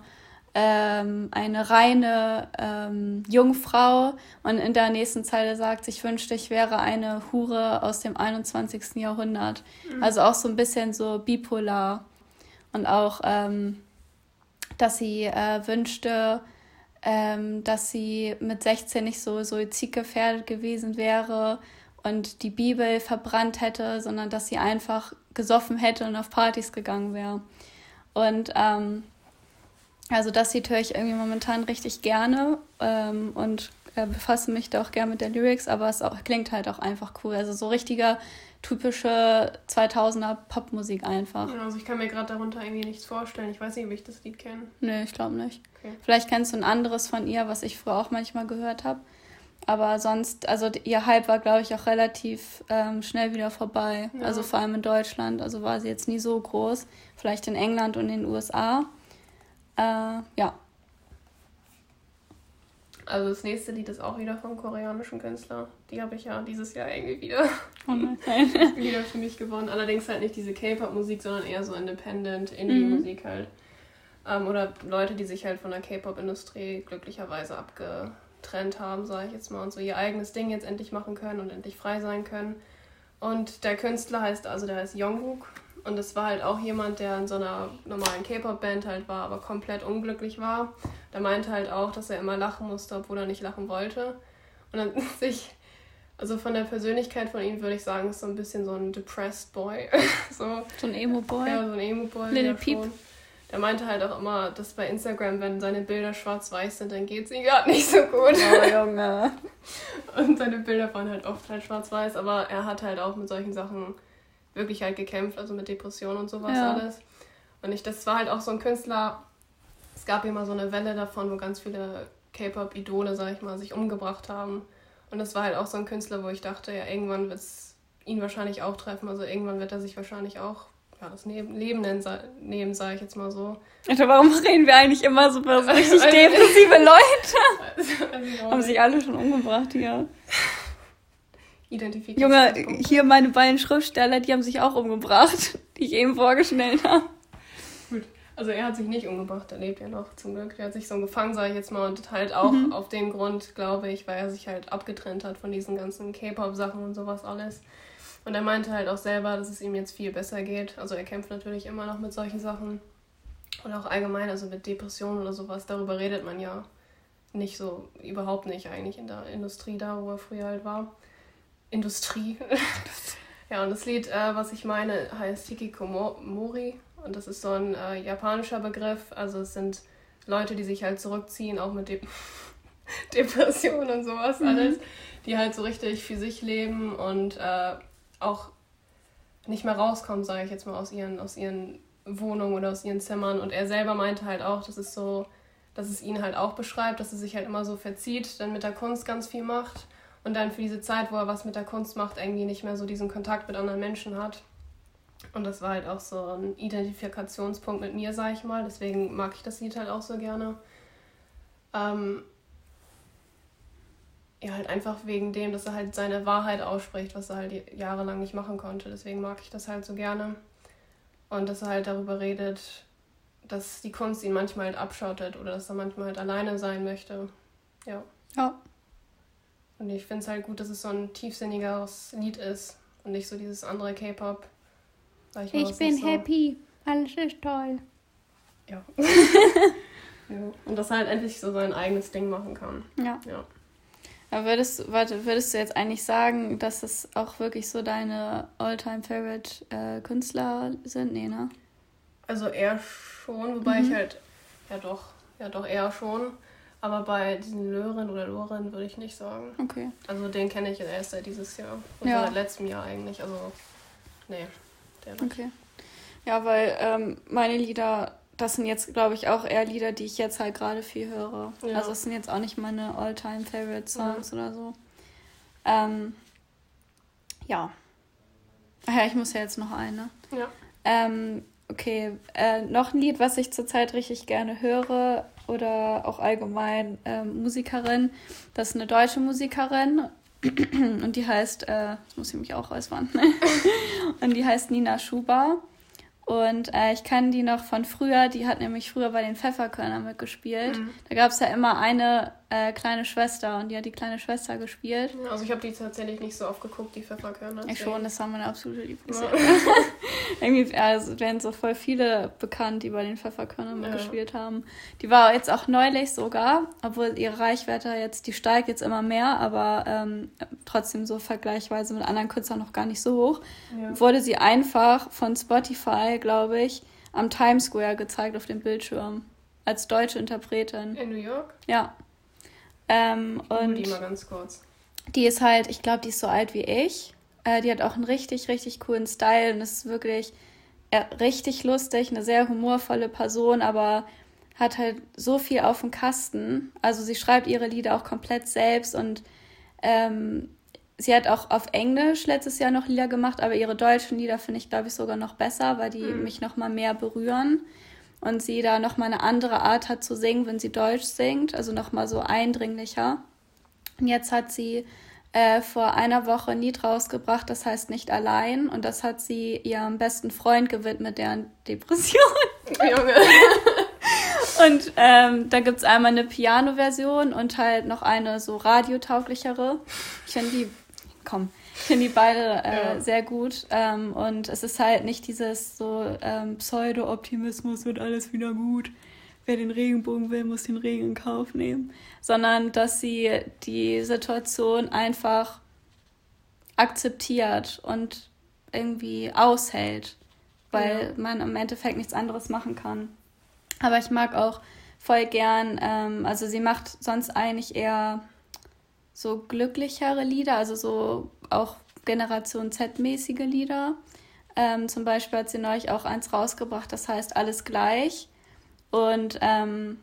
eine reine ähm, Jungfrau und in der nächsten Zeile sagt, ich wünschte, ich wäre eine Hure aus dem einundzwanzigsten Jahrhundert. Mhm. Also auch so ein bisschen so bipolar. Und auch, ähm, dass sie äh, wünschte, ähm, dass sie mit sechzehn nicht so suizidgefährdet gewesen wäre und die Bibel verbrannt hätte, sondern dass sie einfach gesoffen hätte und auf Partys gegangen wäre. Und ähm, Also das Lied höre ich irgendwie momentan richtig gerne ähm, und äh, befasse mich da auch gerne mit der Lyrics, aber es auch, klingt halt auch einfach cool. Also so richtige, typische zweitausender Popmusik einfach. Ja, also ich kann mir gerade darunter irgendwie nichts vorstellen. Ich weiß nicht, ob ich das Lied kenne. Nee, ich glaube nicht. Okay. Vielleicht kennst du ein anderes von ihr, was ich früher auch manchmal gehört habe. Aber sonst, also ihr Hype war, glaube ich, auch relativ ähm, schnell wieder vorbei. Ja. Also vor allem in Deutschland. Also war sie jetzt nie so groß. Vielleicht in England und in den U S A. Äh, ja. Also das nächste Lied ist auch wieder vom koreanischen Künstler. Die habe ich ja dieses Jahr irgendwie wieder, oh nein. wieder für mich gewonnen. Allerdings halt nicht diese K-Pop-Musik, sondern eher so Independent, Indie-Musik mhm. halt. Ähm, oder Leute, die sich halt von der K-Pop-Industrie glücklicherweise abge, abgetrennt haben, sage ich jetzt mal, und so ihr eigenes Ding jetzt endlich machen können und endlich frei sein können. Und der Künstler heißt, also der heißt Jungkook. Und das war halt auch jemand, der in so einer normalen K-Pop-Band halt war, aber komplett unglücklich war. Der meinte halt auch, dass er immer lachen musste, obwohl er nicht lachen wollte. Und dann sich, also von der Persönlichkeit von ihm würde ich sagen, ist so ein bisschen so ein depressed Boy. so, so ein Emo-Boy? Ja, so ein Emo-Boy. Little Peep. Schon. Der meinte halt auch immer, dass bei Instagram, wenn seine Bilder schwarz-weiß sind, dann geht es ihm gerade nicht so gut. Oh, Junge. Und seine Bilder waren halt oft halt schwarz-weiß, aber er hat halt auch mit solchen Sachen wirklich halt gekämpft, also mit Depressionen und sowas ja. alles. Und ich, das war halt auch so ein Künstler, es gab immer so eine Welle davon, wo ganz viele K-Pop-Idole, sag ich mal, sich umgebracht haben. Und das war halt auch so ein Künstler, wo ich dachte, ja, irgendwann wird es ihn wahrscheinlich auch treffen, also irgendwann wird er sich wahrscheinlich auch ja, das Leben nehmen, sage ich jetzt mal so. Alter, warum reden wir eigentlich immer so über so richtig also, depressive Leute? Also, also haben sich alle schon umgebracht hier. Identifikation. Junge, hier meine beiden Schriftsteller, die haben sich auch umgebracht, die ich eben vorgestellt habe. Gut, also er hat sich nicht umgebracht, er lebt ja noch zum Glück. Er hat sich so gefangen, sage ich jetzt mal, und halt auch mhm. auf dem Grund, glaube ich, weil er sich halt abgetrennt hat von diesen ganzen K-Pop-Sachen und sowas alles. Und er meinte halt auch selber, dass es ihm jetzt viel besser geht. Also er kämpft natürlich immer noch mit solchen Sachen. Und auch allgemein, also mit Depressionen oder sowas, darüber redet man ja nicht so, überhaupt nicht eigentlich in der Industrie da, wo er früher halt war. Industrie. Ja, und das Lied, äh, was ich meine, heißt Hikikomori. Und das ist so ein äh, japanischer Begriff. Also es sind Leute, die sich halt zurückziehen, auch mit De- Depressionen und sowas mhm. alles. Die halt so richtig für sich leben und äh, auch nicht mehr rauskommen, sage ich jetzt mal, aus ihren, aus ihren Wohnungen oder aus ihren Zimmern. Und er selber meinte halt auch, dass es so, dass es ihn halt auch beschreibt, dass er sich halt immer so verzieht, dann mit der Kunst ganz viel macht. Und dann für diese Zeit, wo er was mit der Kunst macht, irgendwie nicht mehr so diesen Kontakt mit anderen Menschen hat. Und das war halt auch so ein Identifikationspunkt mit mir, sag ich mal. Deswegen mag ich das Lied halt auch so gerne. Ähm ja, halt einfach wegen dem, dass er halt seine Wahrheit ausspricht, was er halt jahrelang nicht machen konnte. Deswegen mag ich das halt so gerne. Und dass er halt darüber redet, dass die Kunst ihn manchmal halt abschottet oder dass er manchmal halt alleine sein möchte. Ja. Ja. Und ich finde es halt gut, dass es so ein tiefsinnigeres Lied ist und nicht so dieses andere K-Pop. Ich, ich bin so. happy, alles ist toll. Ja. Ja. Und dass er halt endlich so sein eigenes Ding machen kann. Ja. Ja. Aber würdest, warte, würdest du jetzt eigentlich sagen, dass es auch wirklich so deine All-Time-Favorite äh, Künstler sind? Nee, ne? Also eher schon, wobei mhm. ich halt, ja doch, ja doch eher schon. Aber bei diesen Lören oder Loren würde ich nicht sagen. Okay. Also den kenne ich erst seit dieses Jahr. Und ja. seit letztem Jahr eigentlich. Also, nee, der nicht. Okay. Ja, weil ähm, meine Lieder, das sind jetzt, glaube ich, auch eher Lieder, die ich jetzt halt gerade viel höre. Ja. Also es sind jetzt auch nicht meine All-Time-Favorite-Songs ja. oder so. Ähm, ja. Ach ja, ich muss ja jetzt noch eine. Ja. Ähm, okay, äh, noch ein Lied, was ich zurzeit richtig gerne höre oder auch allgemein ähm, Musikerin. Das ist eine deutsche Musikerin und die heißt, äh, jetzt muss ich mich auch räuspern, und die heißt Nina Schuber. Und äh, ich kann die noch von früher, die hat nämlich früher bei den Pfefferkörnern mitgespielt. Mhm. Da gab es ja immer eine äh, kleine Schwester und die hat die kleine Schwester gespielt. Ja, also ich habe die tatsächlich nicht so oft geguckt, die Pfefferkörner. Ich schon, das war meine absolute Lieblingsserie. Ja. Irgendwie also werden so voll viele bekannt, die bei den Pfefferkörnern ja. mitgespielt haben. Die war jetzt auch neulich sogar, obwohl ihre Reichweite jetzt, die steigt jetzt immer mehr, aber ähm, trotzdem so vergleichsweise mit anderen Künstlern noch gar nicht so hoch, ja. wurde sie einfach von Spotify, glaube ich, am Times Square gezeigt auf dem Bildschirm. Als deutsche Interpretin. In New York? Ja. Ähm, und die mal ganz kurz. Die ist halt, ich glaube, die ist so alt wie ich. Äh, die hat auch einen richtig, richtig coolen Style und ist wirklich äh, richtig lustig, eine sehr humorvolle Person, aber hat halt so viel auf dem Kasten. Also sie schreibt ihre Lieder auch komplett selbst und ähm, sie hat auch auf Englisch letztes Jahr noch Lieder gemacht, aber ihre deutschen Lieder finde ich, glaube ich, sogar noch besser, weil die mhm. mich noch mal mehr berühren. Und sie da nochmal eine andere Art hat zu singen, wenn sie Deutsch singt, also nochmal so eindringlicher. Und jetzt hat sie äh, vor einer Woche ein Lied rausgebracht, das heißt Nicht allein. Und das hat sie ihrem besten Freund gewidmet, deren Depression. Junge. Und ähm, da gibt es einmal eine Piano-Version und halt noch eine so radiotauglichere. Ich finde die, komm, ich finde die beide äh, ja. sehr gut. Ähm, und es ist halt nicht dieses so ähm, Pseudo-Optimismus, wird alles wieder gut. Wer den Regenbogen will, muss den Regen in Kauf nehmen. Sondern, dass sie die Situation einfach akzeptiert und irgendwie aushält. Weil ja. man im Endeffekt nichts anderes machen kann. Aber ich mag auch voll gern, ähm, also sie macht sonst eigentlich eher so glücklichere Lieder, also so auch Generation Z-mäßige Lieder. Ähm, zum Beispiel hat sie neulich auch eins rausgebracht, das heißt Alles gleich. Und ähm,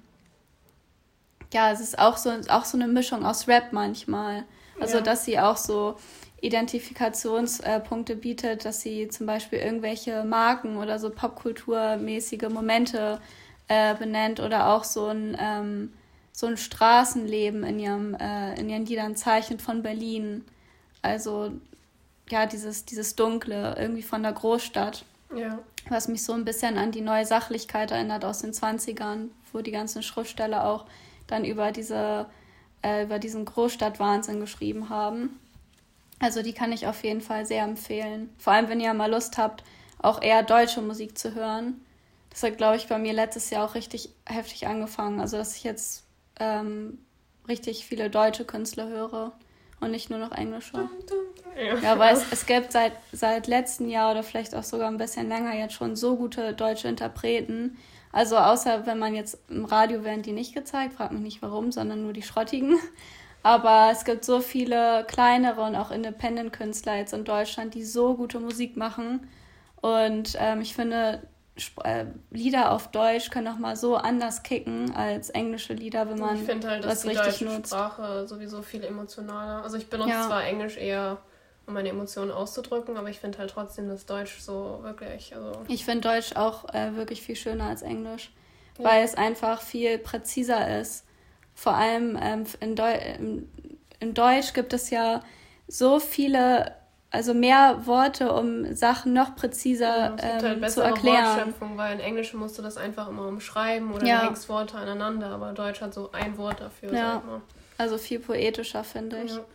ja, es ist auch so, auch so eine Mischung aus Rap manchmal. Also ja. dass sie auch so Identifikationspunkte bietet, dass sie zum Beispiel irgendwelche Marken oder so popkulturmäßige Momente äh, benennt oder auch so ein, ähm, so ein Straßenleben in, ihrem, äh, in ihren Liedern zeichnet von Berlin. Also ja, dieses, dieses Dunkle irgendwie von der Großstadt. Ja. Was mich so ein bisschen an die neue Sachlichkeit erinnert aus den zwanzigern, wo die ganzen Schriftsteller auch dann über diese äh, über diesen Großstadtwahnsinn geschrieben haben. Also die kann ich auf jeden Fall sehr empfehlen. Vor allem, wenn ihr mal Lust habt, auch eher deutsche Musik zu hören. Das hat, glaube ich, bei mir letztes Jahr auch richtig heftig angefangen. Also, dass ich jetzt ähm, richtig viele deutsche Künstler höre und nicht nur noch englische. Ja, ja weil es, es gibt seit, seit letztem Jahr oder vielleicht auch sogar ein bisschen länger jetzt schon so gute deutsche Interpreten. Also außer wenn man jetzt im Radio werden die nicht gezeigt, fragt mich nicht warum, sondern nur die Schrottigen. Aber es gibt so viele kleinere und auch Independent-Künstler jetzt in Deutschland, die so gute Musik machen. Und ähm, ich finde, Sp- äh, Lieder auf Deutsch können auch mal so anders kicken als englische Lieder, wenn man ich finde halt, dass das die richtig deutsche nutzt. Sprache sowieso viel emotionaler. Also ich benutze Ja. zwar Englisch eher, um meine Emotionen auszudrücken, aber ich finde halt trotzdem, dass Deutsch so wirklich, also... Ich finde Deutsch auch äh, wirklich viel schöner als Englisch, Ja. weil es einfach viel präziser ist. Vor allem ähm, in, Deu- im, in Deutsch gibt es ja so viele, also mehr Worte, um Sachen noch präziser ja, es gibt ähm, halt zu bessere erklären. Wortschöpfung, weil in Englisch musst du das einfach immer umschreiben oder Ja. du hängst Worte aneinander, aber Deutsch hat so ein Wort dafür, Ja. sag ich mal. Also viel poetischer, finde ich. Ja.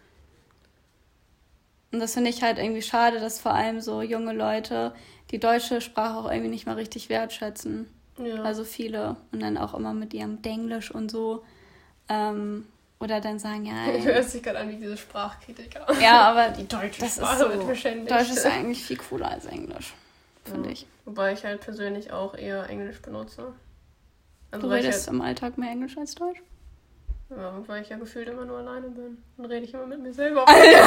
Und das finde ich halt irgendwie schade, dass vor allem so junge Leute die deutsche Sprache auch irgendwie nicht mal richtig wertschätzen. Ja. Also viele. Und dann auch immer mit ihrem Denglisch und so. Ähm, oder dann sagen, ja... Du hörst dich gerade an wie diese Sprachkritiker. Ja, aber die deutsche das Sprache ist so, wird verschändigt. Deutsch ist eigentlich viel cooler als Englisch, finde ja. ich. Wobei ich halt persönlich auch eher Englisch benutze. Also Du weil ich redest halt, im Alltag mehr Englisch als Deutsch? ja, weil ich ja gefühlt immer nur alleine bin. Dann rede ich immer mit mir selber.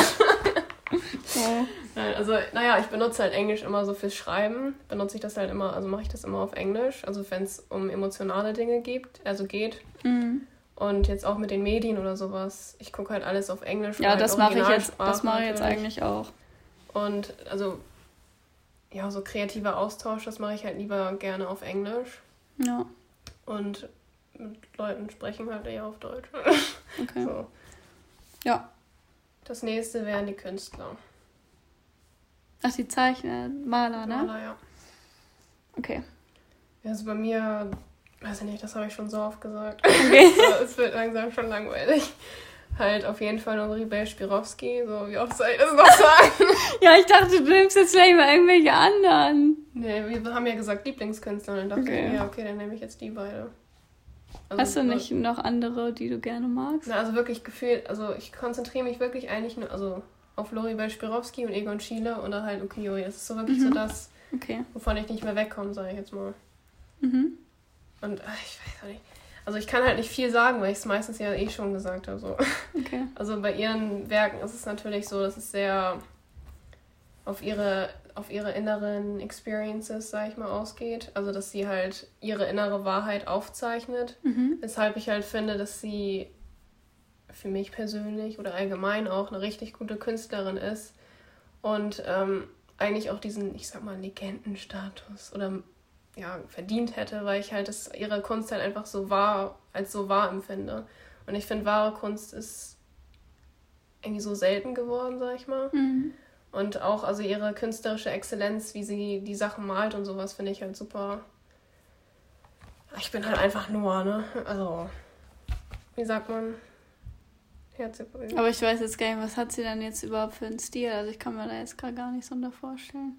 Oh. Nein, also, naja, ich benutze halt Englisch immer so fürs Schreiben. Benutze ich das halt immer, also mache ich das immer auf Englisch. Also wenn es um emotionale Dinge gibt, also geht. Mhm. Und jetzt auch mit den Medien oder sowas. Ich gucke halt alles auf Englisch. Ja, halt das mache ich jetzt, das Originalsprache mache ich jetzt natürlich. eigentlich auch. Und also, ja, so kreativer Austausch, das mache ich halt lieber gerne auf Englisch. Ja, Und mit Leuten sprechen halt eher auf Deutsch. okay. So. Ja. Das nächste wären die Künstler. Ach, die Zeichner, Maler, ne? Maler, ja. Okay. Ja, also bei mir, weiß ich nicht, das habe ich schon so oft gesagt. Okay. So, es wird langsam schon langweilig. Halt auf jeden Fall Nuri Spirowski, so wie oft soll ich das noch sagen? Ja, ich dachte, du nimmst jetzt gleich mal irgendwelche anderen. Nee, wir haben ja gesagt Lieblingskünstler und dann dachte Okay. ich mir, ja, okay, dann nehme ich jetzt die beide. Also, Hast du nicht noch andere, die du gerne magst? Na, also wirklich gefühlt, also ich konzentriere mich wirklich eigentlich nur, also auf Loribel Spirowski und Egon Schiele oder halt Ukiyo-e. Das ist so wirklich Mhm. so das, Okay. wovon ich nicht mehr wegkomme, sage ich jetzt mal. Mhm. Und ach, ich weiß auch nicht. Also ich kann halt nicht viel sagen, weil ich es meistens ja eh schon gesagt habe. So. Okay. Also bei ihren Werken ist es natürlich so, dass es sehr auf ihre, auf ihre inneren Experiences, sag ich mal, ausgeht. Also dass sie halt ihre innere Wahrheit aufzeichnet. Mhm. Weshalb ich halt finde, dass sie für mich persönlich oder allgemein auch eine richtig gute Künstlerin ist. Und ähm, eigentlich auch diesen, ich sag mal, Legendenstatus oder ja, verdient hätte, weil ich halt das, ihre Kunst halt einfach so wahr, als so wahr empfinde. Und ich finde, wahre Kunst ist irgendwie so selten geworden, sag ich mal. Mhm. Und auch also ihre künstlerische Exzellenz, wie sie die Sachen malt und sowas, finde ich halt super. Ich bin halt einfach nur, ne? Also, wie sagt man? Herzogin. Aber ich weiß jetzt gar nicht, was hat sie denn jetzt überhaupt für einen Stil? Also ich kann mir da jetzt gerade gar nicht so unter vorstellen.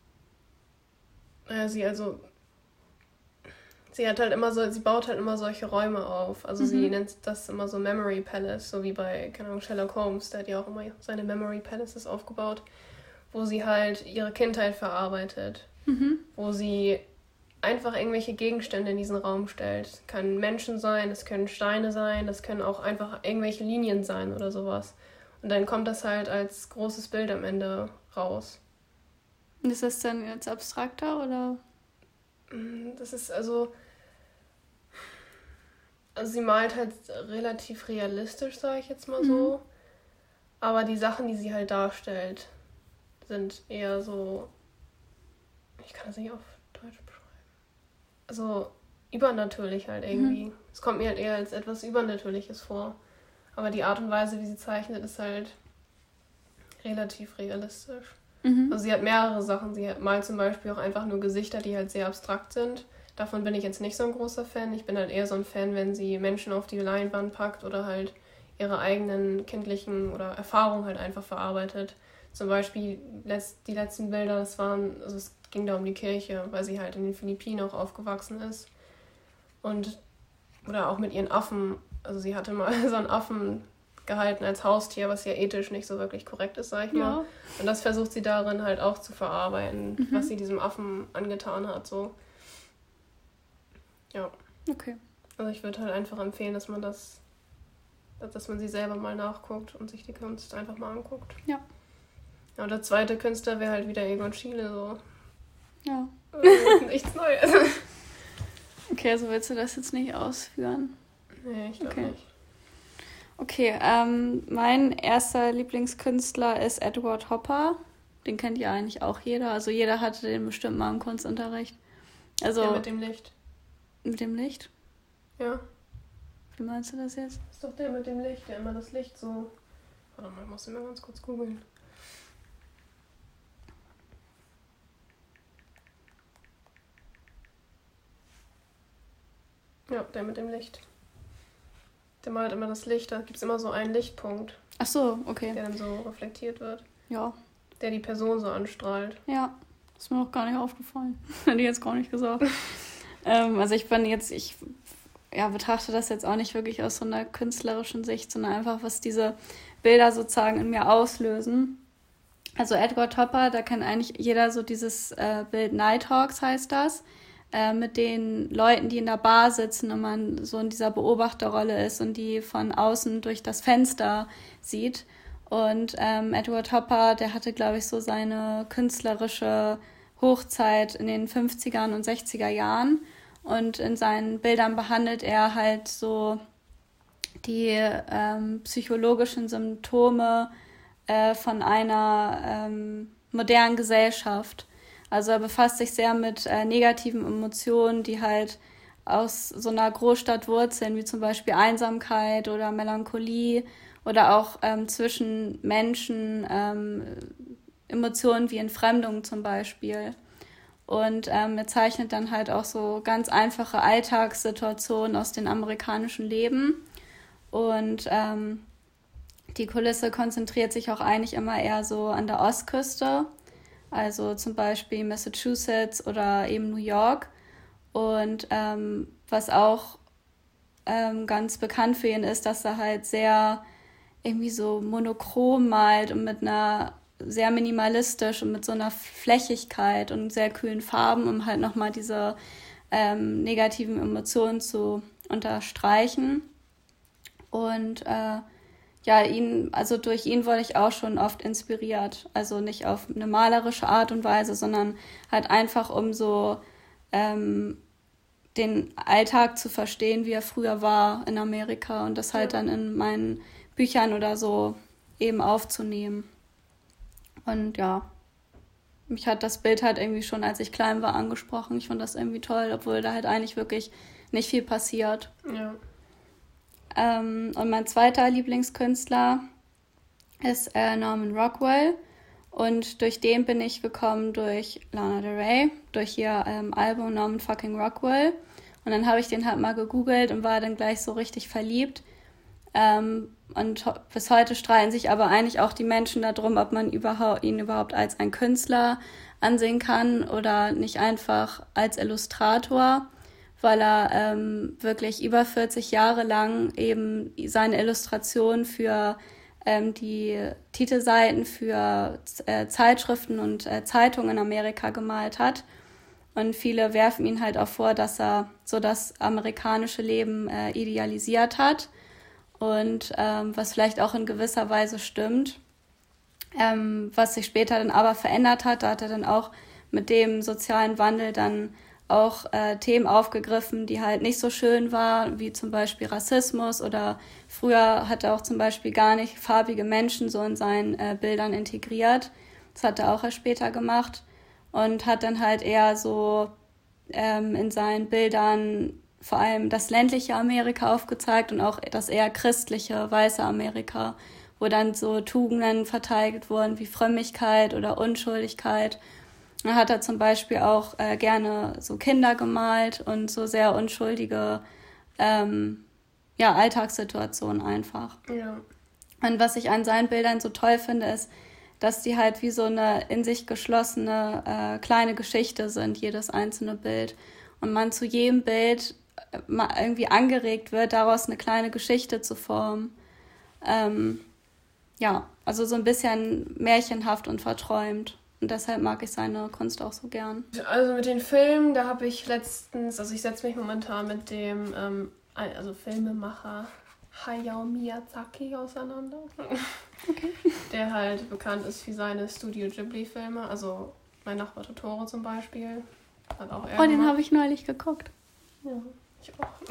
Ja, sie also... Sie hat halt immer so, sie baut halt immer solche Räume auf. Also mhm. sie nennt das immer so Memory Palace, so wie bei, keine Ahnung, Sherlock Holmes, der hat ja auch immer seine Memory Palaces aufgebaut, wo sie halt ihre Kindheit verarbeitet. Mhm. Wo sie einfach irgendwelche Gegenstände in diesen Raum stellt. Das können Menschen sein, das können Steine sein, das können auch einfach irgendwelche Linien sein oder sowas. Und dann kommt das halt als großes Bild am Ende raus. Und ist das dann jetzt abstrakter oder? Das ist also... Also sie malt halt relativ realistisch, sage ich jetzt mal so. Mhm. Aber die Sachen, die sie halt darstellt, sind eher so... Ich kann das nicht auf Deutsch beschreiben. Also übernatürlich halt irgendwie. Mhm. Es kommt mir halt eher als etwas Übernatürliches vor. Aber die Art und Weise, wie sie zeichnet, ist halt relativ realistisch. Mhm. Also sie hat mehrere Sachen. Sie malt zum Beispiel auch einfach nur Gesichter, die halt sehr abstrakt sind. Davon bin ich jetzt nicht so ein großer Fan. Ich bin halt eher so ein Fan, wenn sie Menschen auf die Leinwand packt oder halt ihre eigenen kindlichen oder Erfahrungen halt einfach verarbeitet. Zum Beispiel die letzten Bilder, das waren, also es ging da um die Kirche, weil sie halt in den Philippinen auch aufgewachsen ist. Und, oder auch mit ihren Affen. Also sie hatte mal so einen Affen gehalten als Haustier, was ja ethisch nicht so wirklich korrekt ist, sag ich mal. Ja. Und das versucht sie darin halt auch zu verarbeiten, mhm. was sie diesem Affen angetan hat, so. Ja. Okay. Also ich würde halt einfach empfehlen, dass man das, dass man sie selber mal nachguckt und sich die Kunst einfach mal anguckt. Ja. Ja, und der zweite Künstler wäre halt wieder Egon Schiele, so. Ja. Äh, nichts Neues. Okay, also willst du das jetzt nicht ausführen? Nee, ich glaube okay. nicht. Okay, ähm, mein erster Lieblingskünstler ist Edward Hopper. Den kennt ja eigentlich auch jeder. Also jeder hatte den bestimmt mal im Kunstunterricht. Also der mit dem Licht. Mit dem Licht? Ja. Wie meinst du das jetzt? Das ist doch der mit dem Licht, der immer das Licht so... Warte mal, ich muss immer ganz kurz googeln. Ja, der mit dem Licht. Der malt immer das Licht, da gibt es immer so einen Lichtpunkt. Ach so, okay. Der dann so reflektiert wird. Ja. Der die Person so anstrahlt. Ja, ist mir noch gar nicht aufgefallen. Hätte ich jetzt gar nicht gesagt. ähm, also ich bin jetzt, ich ja, betrachte das jetzt auch nicht wirklich aus so einer künstlerischen Sicht, sondern einfach, was diese Bilder sozusagen in mir auslösen. Also Edward Hopper, da kennt eigentlich jeder so dieses äh, Bild Nighthawks, heißt das. Mit den Leuten, die in der Bar sitzen und man so in dieser Beobachterrolle ist und die von außen durch das Fenster sieht. Und ähm, Edward Hopper, der hatte, glaube ich, so seine künstlerische Hochzeit in den fünfziger und sechziger Jahren. Und in seinen Bildern behandelt er halt so die ähm, psychologischen Symptome äh, von einer ähm, modernen Gesellschaft. Also er befasst sich sehr mit äh, negativen Emotionen, die halt aus so einer Großstadt wurzeln, wie zum Beispiel Einsamkeit oder Melancholie oder auch ähm, zwischen Menschen, ähm, Emotionen wie Entfremdung zum Beispiel. Und ähm, er zeichnet dann halt auch so ganz einfache Alltagssituationen aus dem amerikanischen Leben. Und ähm, die Kulisse konzentriert sich auch eigentlich immer eher so an der Ostküste. Also zum Beispiel Massachusetts oder eben New York. Und ähm, was auch ähm, ganz bekannt für ihn ist, dass er halt sehr irgendwie so monochrom malt und mit einer sehr minimalistisch und mit so einer Flächigkeit und sehr kühlen Farben, um halt nochmal diese ähm, negativen Emotionen zu unterstreichen. Und äh, ja, ihn, also durch ihn wurde ich auch schon oft inspiriert. Also nicht auf eine malerische Art und Weise, sondern halt einfach, um so ähm, den Alltag zu verstehen, wie er früher war in Amerika und das halt dann in meinen Büchern oder so eben aufzunehmen. Und ja, mich hat das Bild halt irgendwie schon, als ich klein war, angesprochen. Ich fand das irgendwie toll, obwohl da halt eigentlich wirklich nicht viel passiert. Ja. Ähm, und mein zweiter Lieblingskünstler ist äh, Norman Rockwell. Und durch den bin ich gekommen durch Lana Del Rey, durch ihr ähm, Album Norman fucking Rockwell. Und dann habe ich den halt mal gegoogelt und war dann gleich so richtig verliebt. Ähm, und ho- bis heute streiten sich aber eigentlich auch die Menschen darum, ob man überhaupt, ihn überhaupt als einen Künstler ansehen kann oder nicht einfach als Illustrator, weil er ähm, wirklich über vierzig Jahre lang eben seine Illustration für ähm, die Titelseiten für äh, Zeitschriften und äh, Zeitungen in Amerika gemalt hat. Und viele werfen ihn halt auch vor, dass er so das amerikanische Leben äh, idealisiert hat. Und ähm, was vielleicht auch in gewisser Weise stimmt, ähm, was sich später dann aber verändert hat, da hat er dann auch mit dem sozialen Wandel dann auch äh, Themen aufgegriffen, die halt nicht so schön waren, wie zum Beispiel Rassismus, oder früher hat er auch zum Beispiel gar nicht farbige Menschen so in seinen äh, Bildern integriert. Das hat er auch erst später gemacht und hat dann halt eher so ähm, in seinen Bildern vor allem das ländliche Amerika aufgezeigt und auch das eher christliche, weiße Amerika, wo dann so Tugenden verteidigt wurden wie Frömmigkeit oder Unschuldigkeit. Dann hat er zum Beispiel auch äh, gerne so Kinder gemalt und so sehr unschuldige ähm, ja, Alltagssituationen einfach. Ja. Und was ich an seinen Bildern so toll finde, ist, dass die halt wie so eine in sich geschlossene äh, kleine Geschichte sind, jedes einzelne Bild. Und man zu jedem Bild mal irgendwie angeregt wird, daraus eine kleine Geschichte zu formen. Ähm, ja, also so ein bisschen märchenhaft und verträumt. Und deshalb mag ich seine Kunst auch so gern. Also mit den Filmen, da habe ich letztens, also ich setze mich momentan mit dem, ähm, also Filmemacher Hayao Miyazaki auseinander. Okay. Der halt bekannt ist für seine Studio Ghibli-Filme, also Mein Nachbar Totoro zum Beispiel. Hat auch er Oh, den gemacht. habe ich neulich geguckt. Ja, ich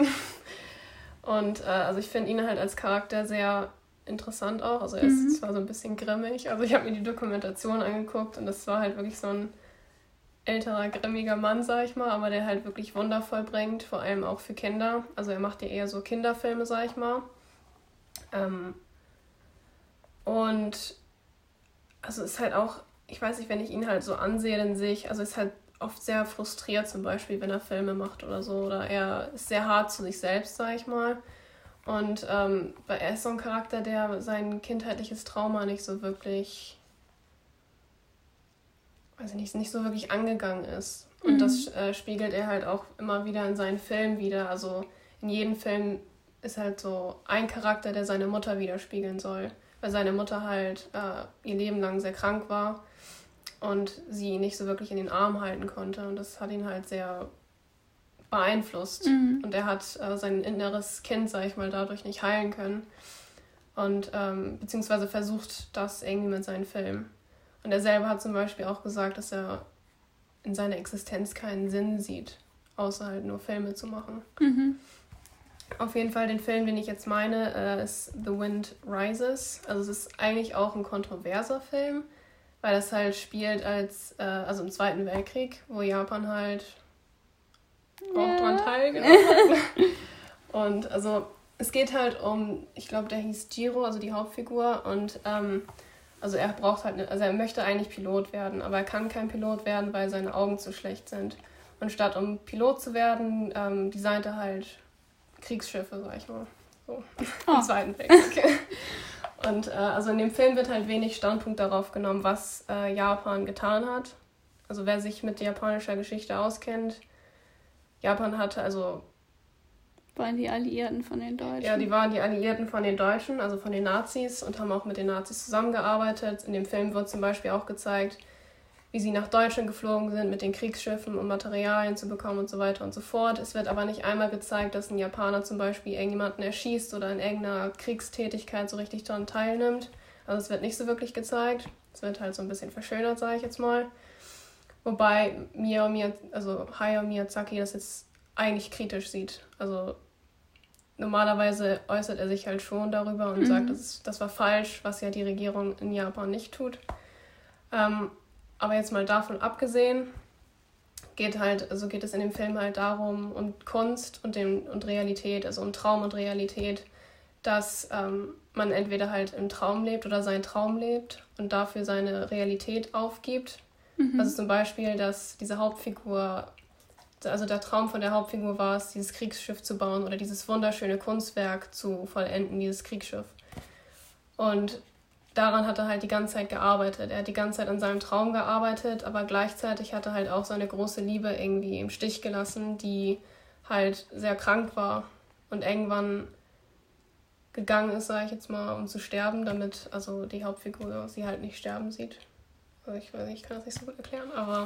auch. Und äh, also ich finde ihn halt als Charakter sehr interessant auch. Also er ist Mhm. zwar so ein bisschen grimmig, also ich habe mir die Dokumentation angeguckt und das war halt wirklich so ein älterer, grimmiger Mann, sag ich mal, aber der halt wirklich wundervoll bringt, vor allem auch für Kinder. Also er macht ja eher so Kinderfilme, sag ich mal. Ähm, und also ist halt auch, ich weiß nicht, wenn ich ihn halt so ansehe, dann sehe ich, also ist halt oft sehr frustriert zum Beispiel, wenn er Filme macht oder so. Oder er ist sehr hart zu sich selbst, sag ich mal. Und ähm, weil er ist so ein Charakter, der sein kindheitliches Trauma nicht so wirklich, weiß ich nicht, nicht so wirklich angegangen ist. Und Mhm. das äh, spiegelt er halt auch immer wieder in seinen Filmen wieder. Also in jedem Film ist halt so ein Charakter, der seine Mutter widerspiegeln soll. Weil seine Mutter halt äh, ihr Leben lang sehr krank war und sie ihn nicht so wirklich in den Arm halten konnte. Und das hat ihn halt sehr beeinflusst. Mhm. Und er hat äh, sein inneres Kind, sag ich mal, dadurch nicht heilen können. Und ähm, beziehungsweise versucht das irgendwie mit seinen Filmen. Und er selber hat zum Beispiel auch gesagt, dass er in seiner Existenz keinen Sinn sieht, außer halt nur Filme zu machen. Mhm. Auf jeden Fall den Film, den ich jetzt meine, äh, ist The Wind Rises. Also es ist eigentlich auch ein kontroverser Film, weil das halt spielt als, äh, also im Zweiten Weltkrieg, wo Japan halt auch Ja. dran teilgenommen hat. Und also es geht halt um, ich glaube, der hieß Jiro, also die Hauptfigur. Und ähm, also er braucht halt, eine, also er möchte eigentlich Pilot werden, aber er kann kein Pilot werden, weil seine Augen zu schlecht sind. Und statt um Pilot zu werden, ähm, designt er halt Kriegsschiffe, sag ich mal. So, Oh. im Zweiten Weltkrieg. Und äh, also in dem Film wird halt wenig Standpunkt darauf genommen, was äh, Japan getan hat. Also wer sich mit japanischer Geschichte auskennt, Japan hatte, also Waren die Alliierten von den Deutschen. ja, die waren die Alliierten von den Deutschen, also von den Nazis, und haben auch mit den Nazis zusammengearbeitet. In dem Film wird zum Beispiel auch gezeigt, wie sie nach Deutschland geflogen sind mit den Kriegsschiffen, um Materialien zu bekommen und so weiter und so fort. Es wird aber nicht einmal gezeigt, dass ein Japaner zum Beispiel irgendjemanden erschießt oder in irgendeiner Kriegstätigkeit so richtig daran teilnimmt. Also es wird nicht so wirklich gezeigt. Es wird halt so ein bisschen verschönert, sage ich jetzt mal. Wobei Miyao Miyaz- also Hayao Miyazaki das jetzt eigentlich kritisch sieht. Also normalerweise äußert er sich halt schon darüber und Mhm. sagt, das, ist, das war falsch, was ja die Regierung in Japan nicht tut. Ähm, aber jetzt mal davon abgesehen, geht halt, also geht es in dem Film halt darum, um Kunst und, dem, und Realität, also um Traum und Realität, dass ähm, man entweder halt im Traum lebt oder seinen Traum lebt und dafür seine Realität aufgibt. Mhm. Also zum Beispiel, dass diese Hauptfigur also der Traum von der Hauptfigur war es, dieses Kriegsschiff zu bauen oder dieses wunderschöne Kunstwerk zu vollenden, dieses Kriegsschiff. Und daran hat er halt die ganze Zeit gearbeitet. Er hat die ganze Zeit an seinem Traum gearbeitet, aber gleichzeitig hat er halt auch seine große Liebe irgendwie im Stich gelassen, die halt sehr krank war und irgendwann gegangen ist, sage ich jetzt mal, um zu sterben, damit also die Hauptfigur sie halt nicht sterben sieht. Also ich weiß nicht, ich kann das nicht so gut erklären, aber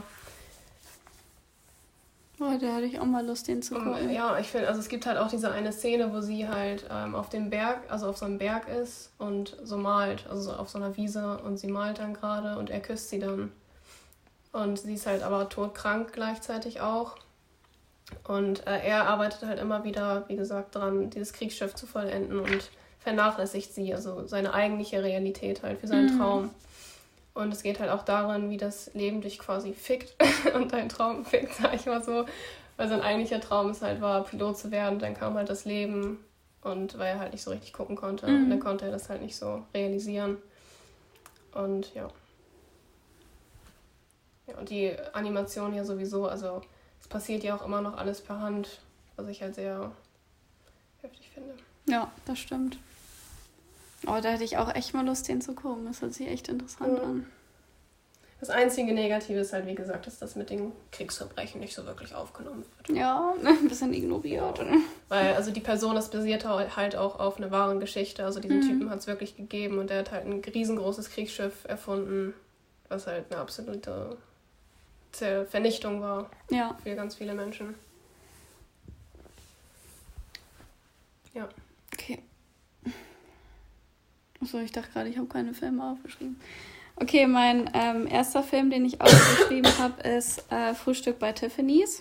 oh, da hatte ich auch mal Lust, den zu gucken. Um, ja, ich finde, also es gibt halt auch diese eine Szene, wo sie halt ähm, auf dem Berg, also auf so einem Berg ist und so malt, also so auf so einer Wiese und sie malt dann gerade und er küsst sie dann. Und sie ist halt aber todkrank gleichzeitig auch. Und äh, er arbeitet halt immer wieder, wie gesagt, dran, dieses Kriegsschiff zu vollenden und vernachlässigt sie, also seine eigentliche Realität halt für seinen mhm. Traum. Und es geht halt auch darin, wie das Leben dich quasi fickt und dein Traum fickt, sag ich mal so. Weil sein eigentlicher Traum es halt war, Pilot zu werden. Dann kam halt das Leben und weil er halt nicht so richtig gucken konnte. Mhm. Und dann konnte er das halt nicht so realisieren. Und ja. Ja, und die Animation ja sowieso, also es passiert ja auch immer noch alles per Hand, was ich halt sehr heftig finde. Ja, das stimmt. Oh, da hätte ich auch echt mal Lust, den zu gucken. Das hört sich echt interessant ja. an. Das einzige Negative ist halt, wie gesagt, dass das mit den Kriegsverbrechen nicht so wirklich aufgenommen wird. Ja, ein bisschen ignoriert. Ja. Weil, also die Person, das basiert halt auch auf einer wahren Geschichte. Also diesen mhm. Typen hat es wirklich gegeben und der hat halt ein riesengroßes Kriegsschiff erfunden, was halt eine absolute Vernichtung war ja. für ganz viele Menschen. Ja. Okay. Achso, ich dachte gerade, ich habe keine Filme aufgeschrieben. Okay, mein ähm, erster Film, den ich aufgeschrieben habe, ist äh, Frühstück bei Tiffany's.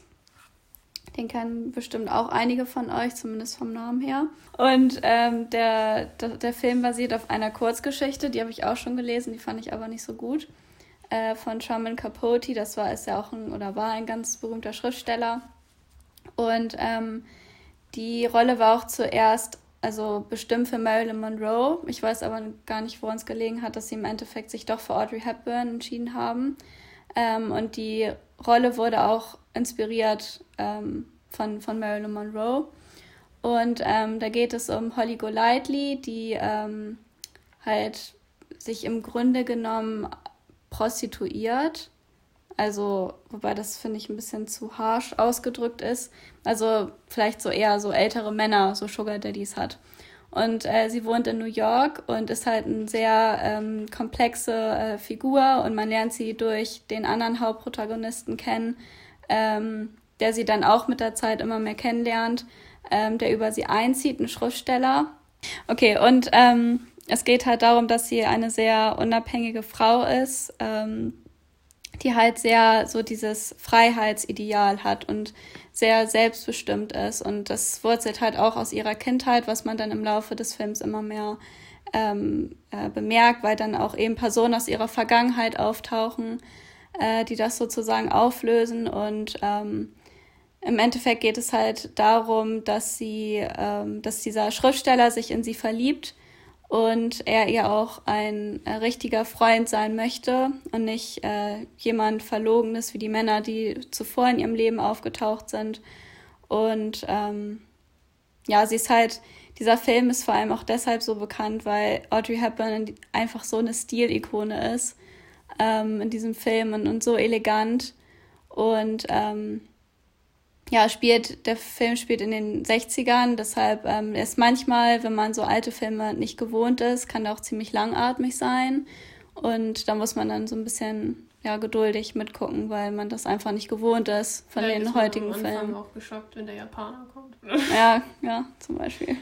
Den kennen bestimmt auch einige von euch, zumindest vom Namen her. Und ähm, der, der, der Film basiert auf einer Kurzgeschichte, die habe ich auch schon gelesen, die fand ich aber nicht so gut. Äh, von Truman Capote, das war ist ja auch ein oder war ein ganz berühmter Schriftsteller. Und ähm, die Rolle war auch zuerst also bestimmt für Marilyn Monroe. Ich weiß aber gar nicht, woran es gelegen hat, dass sie im Endeffekt sich doch für Audrey Hepburn entschieden haben. Ähm, und die Rolle wurde auch inspiriert ähm, von, von Marilyn Monroe. Und ähm, da geht es um Holly Golightly, die ähm, halt sich im Grunde genommen prostituiert. Also, wobei das, finde ich, ein bisschen zu harsch ausgedrückt ist. Also vielleicht so eher so ältere Männer, so Sugar Daddies hat. Und äh, sie wohnt in New York und ist halt eine sehr ähm, komplexe äh, Figur. Und man lernt sie durch den anderen Hauptprotagonisten kennen, ähm, der sie dann auch mit der Zeit immer mehr kennenlernt, ähm, der über sie einzieht, ein Schriftsteller. Okay, und ähm, es geht halt darum, dass sie eine sehr unabhängige Frau ist, ähm, die halt sehr so dieses Freiheitsideal hat und sehr selbstbestimmt ist. Und das wurzelt halt auch aus ihrer Kindheit, was man dann im Laufe des Films immer mehr ähm, äh, bemerkt, weil dann auch eben Personen aus ihrer Vergangenheit auftauchen, äh, die das sozusagen auflösen. Und ähm, im Endeffekt geht es halt darum, dass sie, ähm, dass dieser Schriftsteller sich in sie verliebt und er ihr auch ein äh, richtiger Freund sein möchte und nicht äh, jemand Verlogenes wie die Männer, die zuvor in ihrem Leben aufgetaucht sind. Und ähm, ja, sie ist halt, dieser Film ist vor allem auch deshalb so bekannt, weil Audrey Hepburn einfach so eine Stilikone ist ähm, in diesem Film und, und so elegant. Und ähm, Ja, spielt, der Film spielt in den sechzigern, deshalb ähm, ist manchmal, wenn man so alte Filme nicht gewohnt ist, kann der auch ziemlich langatmig sein und da muss man dann so ein bisschen ja, geduldig mitgucken, weil man das einfach nicht gewohnt ist von Vielleicht den ist man heutigen am Anfang Filmen. auch geschockt, wenn der Japaner kommt. Ja, ja, zum Beispiel.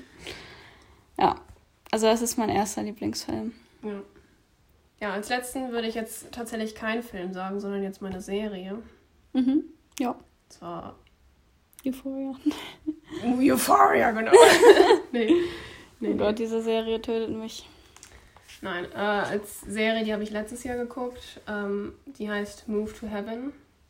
Ja, also das ist mein erster Lieblingsfilm. Ja. Ja, als letzten würde ich jetzt tatsächlich keinen Film sagen, sondern jetzt meine Serie. Mhm, ja. Zwar Euphoria. Oh, Euphoria, genau. nee. nee. Oh Gott, diese Serie tötet mich. Nein, äh, als Serie, die habe ich letztes Jahr geguckt. Ähm, die heißt Move to Heaven.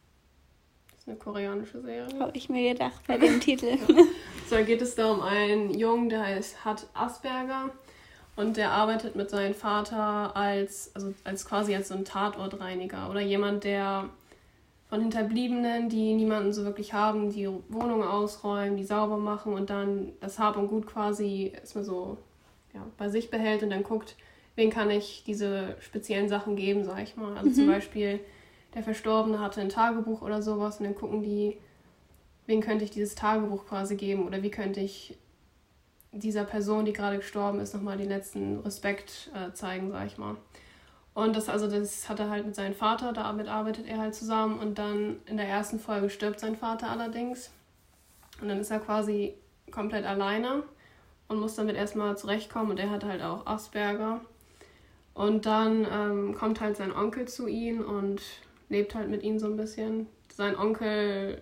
Das ist eine koreanische Serie. Habe ich mir gedacht bei dem Titel. So, dann geht es da um einen Jungen, der heißt hat Asperger. Und der arbeitet mit seinem Vater als, also als quasi als so ein Tatortreiniger. Oder jemand, der von Hinterbliebenen, die niemanden so wirklich haben, die Wohnungen ausräumen, die sauber machen und dann das Hab und Gut quasi erstmal so ja, bei sich behält und dann guckt, wen kann ich diese speziellen Sachen geben, sag ich mal. Also mhm. zum Beispiel, der Verstorbene hatte ein Tagebuch oder sowas und dann gucken die, wen könnte ich dieses Tagebuch quasi geben oder wie könnte ich dieser Person, die gerade gestorben ist, nochmal den letzten Respekt äh, zeigen, sag ich mal. Und das, also das hat er halt mit seinem Vater, damit arbeitet er halt zusammen und dann in der ersten Folge stirbt sein Vater allerdings. Und dann ist er quasi komplett alleine und muss damit erstmal zurechtkommen und er hat halt auch Asperger. Und dann ähm, kommt halt sein Onkel zu ihm und lebt halt mit ihm so ein bisschen. Sein Onkel,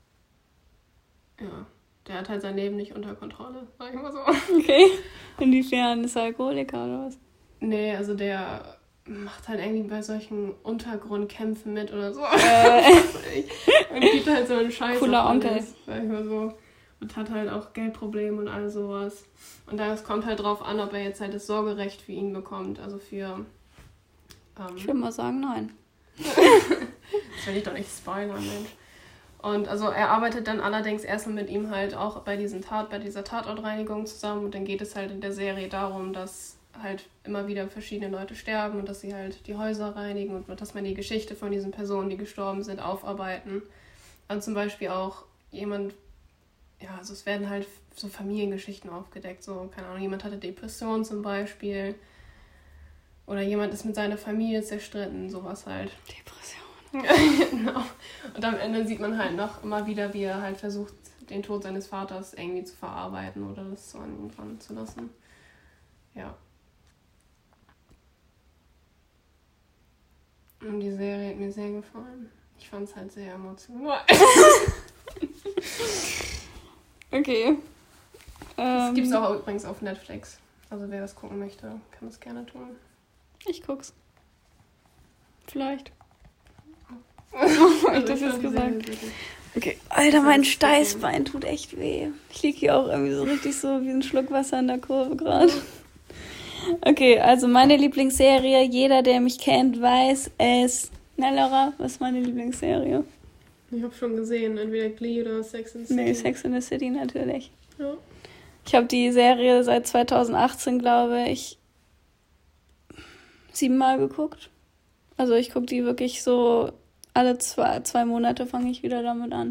ja, der hat halt sein Leben nicht unter Kontrolle, sag ich mal so. Okay. Inwiefern ist er Alkoholiker oder was? Nee, also der macht halt irgendwie bei solchen Untergrundkämpfen mit oder so. Äh. Und gibt halt so einen Scheiß. Cooler Onkel. Alles, sag ich mal so. Und hat halt auch Geldprobleme und all sowas. Und das kommt halt drauf an, ob er jetzt halt das Sorgerecht für ihn bekommt. Also für... Ähm, ich würde mal sagen, nein. Das will ich doch nicht spoilern, Mensch. Und also er arbeitet dann allerdings erstmal mit ihm halt auch bei diesen Tat, bei dieser Tatortreinigung zusammen. Und dann geht es halt in der Serie darum, dass halt immer wieder verschiedene Leute sterben und dass sie halt die Häuser reinigen und dass man die Geschichte von diesen Personen, die gestorben sind, aufarbeiten. Und zum Beispiel auch jemand, ja, also es werden halt so Familiengeschichten aufgedeckt, so, keine Ahnung, jemand hatte Depressionen zum Beispiel oder jemand ist mit seiner Familie zerstritten, sowas halt. Depression. Genau. Und am Ende sieht man halt noch immer wieder, wie er halt versucht, den Tod seines Vaters irgendwie zu verarbeiten oder das so an ihn dran zu lassen. Ja. Und die Serie hat mir sehr gefallen. Ich fand es halt sehr emotional. Okay. Das Ähm, gibt es auch übrigens auf Netflix. Also wer das gucken möchte, kann das gerne tun. Ich guck's. Vielleicht. Also ich das jetzt gesagt. Okay. Alter, mein Steißbein tut echt weh. Ich liege hier auch irgendwie so richtig so wie ein Schluck Wasser in der Kurve gerade. Okay, also meine Lieblingsserie, jeder, der mich kennt, weiß es. Na, Laura, was ist meine Lieblingsserie? Ich habe schon gesehen, entweder Glee oder Sex and the City. Nee, Sex and the City natürlich. Ja. Ich habe die Serie seit zwanzig achtzehn, glaube ich, siebenmal geguckt. Also ich gucke die wirklich so alle zwei, zwei Monate fange ich wieder damit an.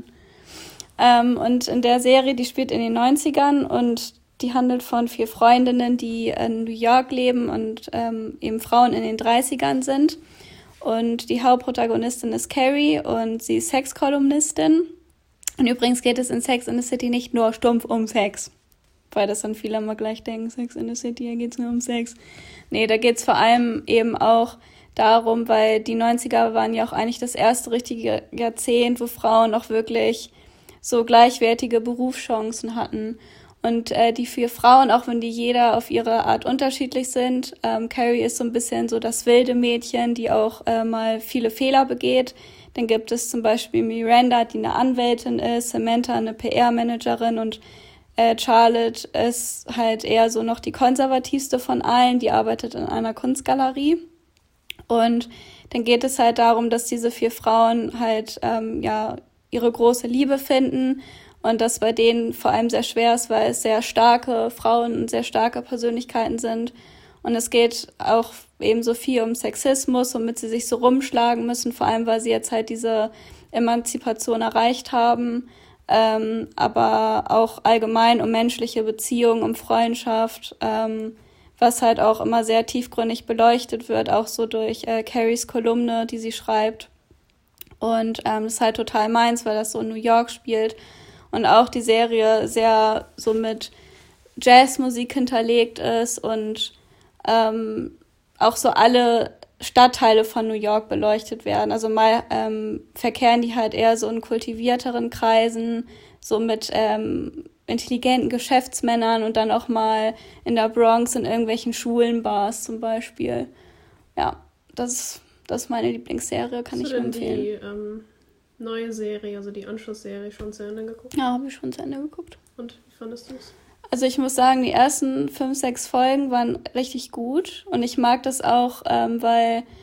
Ähm, und in der Serie, die spielt in den neunzigern und die handelt von vier Freundinnen, die in New York leben und ähm, eben Frauen in den dreißigern sind. Und die Hauptprotagonistin ist Carrie und sie ist Sexkolumnistin. Und übrigens geht es in Sex in the City nicht nur stumpf um Sex. Weil das dann viele immer gleich denken, Sex in the City, hier geht es nur um Sex. Nee, da geht es vor allem eben auch darum, weil die neunziger waren ja auch eigentlich das erste richtige Jahrzehnt, wo Frauen auch wirklich so gleichwertige Berufschancen hatten. Und äh, die vier Frauen, auch wenn die jeder auf ihre Art unterschiedlich sind, ähm, Carrie ist so ein bisschen so das wilde Mädchen, die auch äh, mal viele Fehler begeht. Dann gibt es zum Beispiel Miranda, die eine Anwältin ist, Samantha eine P R-Managerin und äh, Charlotte ist halt eher so noch die konservativste von allen, die arbeitet in einer Kunstgalerie. Und dann geht es halt darum, dass diese vier Frauen halt ähm, ja ihre große Liebe finden und das bei denen vor allem sehr schwer ist, weil es sehr starke Frauen und sehr starke Persönlichkeiten sind. Und es geht auch eben so viel um Sexismus, womit sie sich so rumschlagen müssen, vor allem weil sie jetzt halt diese Emanzipation erreicht haben, ähm, aber auch allgemein um menschliche Beziehungen, um Freundschaft, ähm, was halt auch immer sehr tiefgründig beleuchtet wird, auch so durch äh, Carries Kolumne, die sie schreibt. Und ähm, das ist halt total meins, weil das so in New York spielt. Und auch die Serie sehr so mit Jazzmusik hinterlegt ist und ähm, auch so alle Stadtteile von New York beleuchtet werden. Also mal ähm, verkehren die halt eher so in kultivierteren Kreisen, so mit ähm, intelligenten Geschäftsmännern und dann auch mal in der Bronx in irgendwelchen Schulenbars zum Beispiel. Ja, das ist, das ist meine Lieblingsserie, kann ich nur empfehlen. Die ähm, neue Serie, also die Anschlussserie, schon zu Ende geguckt? Ja, habe ich schon zu Ende geguckt. Und wie fandest du es? Also ich muss sagen, die ersten fünf, sechs Folgen waren richtig gut und ich mag das auch, ähm, weil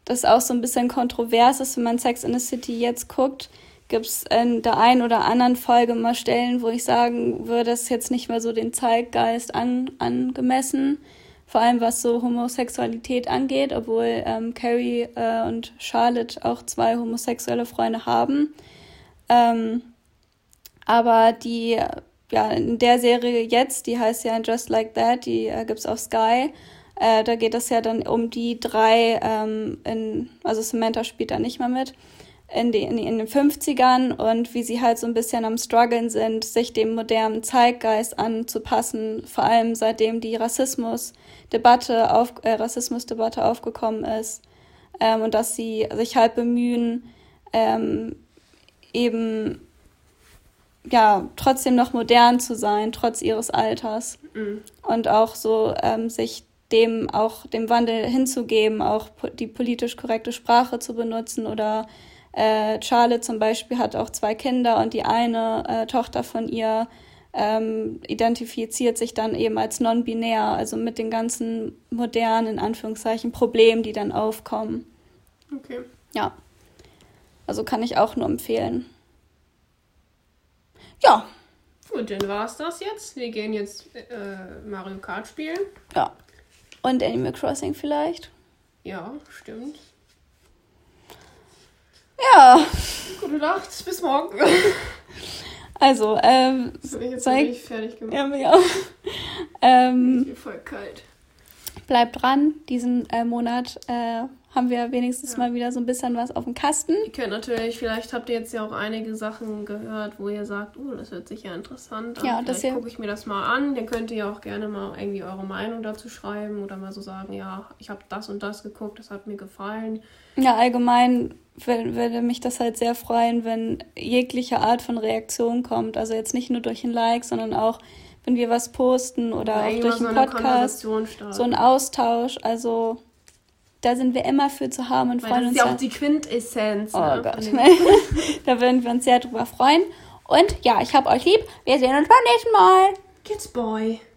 das auch so ein bisschen kontrovers ist, wenn man Sex in the City jetzt guckt, gibt es in der einen oder anderen Folge mal Stellen, wo ich sagen würde, das ist jetzt nicht mehr so den Zeitgeist an, angemessen, vor allem was so Homosexualität angeht, obwohl ähm, Carrie äh, und Charlotte auch zwei homosexuelle Freunde haben. Ähm, aber die, ja, in der Serie jetzt, die heißt ja Just Like That, die äh, gibt's auf Sky, äh, da geht es ja dann um die drei, ähm, in, also Samantha spielt da nicht mehr mit, in, die, in, in den fünfzigern und wie sie halt so ein bisschen am struggeln sind, sich dem modernen Zeitgeist anzupassen, vor allem seitdem die Rassismusdebatte auf, äh, Rassismusdebatte aufgekommen ist, ähm, und dass sie sich halt bemühen, ähm, eben ja trotzdem noch modern zu sein, trotz ihres Alters. Mhm. Und auch so ähm, sich dem auch dem Wandel hinzugeben, auch po- die politisch korrekte Sprache zu benutzen oder Äh, Charlotte zum Beispiel hat auch zwei Kinder und die eine äh, Tochter von ihr ähm, identifiziert sich dann eben als non-binär, also mit den ganzen modernen, in Anführungszeichen, Problemen, die dann aufkommen. Okay. Ja, also kann ich auch nur empfehlen. Ja. Gut, dann war's das jetzt. Wir gehen jetzt äh, Mario Kart spielen. Ja. Und Animal Crossing vielleicht. Ja, stimmt. Ja. Gute Nacht, bis morgen. Also, ähm... Das bin ich jetzt zeig, nicht fertig gemacht. Ja, mir auch. ähm, Ist mir voll kalt. Bleibt dran, diesen äh, Monat äh, haben wir wenigstens ja. mal wieder so ein bisschen was auf dem Kasten. Ihr könnt natürlich, vielleicht habt ihr jetzt ja auch einige Sachen gehört, wo ihr sagt, oh, das hört sich ja interessant an. Ja, vielleicht gucke ich mir das mal an. Dann könnt ihr ja auch gerne mal irgendwie eure Meinung dazu schreiben oder mal so sagen, ja, ich habe das und das geguckt, das hat mir gefallen. Ja, allgemein würde mich das halt sehr freuen, wenn jegliche Art von Reaktion kommt. Also jetzt nicht nur durch ein Like, sondern auch, wenn wir was posten oder ja, auch durch einen so Podcast. So ein Austausch. Also da sind wir immer für zu haben und Weil freuen das uns. Das ist ja auch die Quintessenz. Oh ne? Gott. Da würden wir uns sehr drüber freuen. Und ja, ich hab euch lieb. Wir sehen uns beim nächsten Mal. Kids Boy.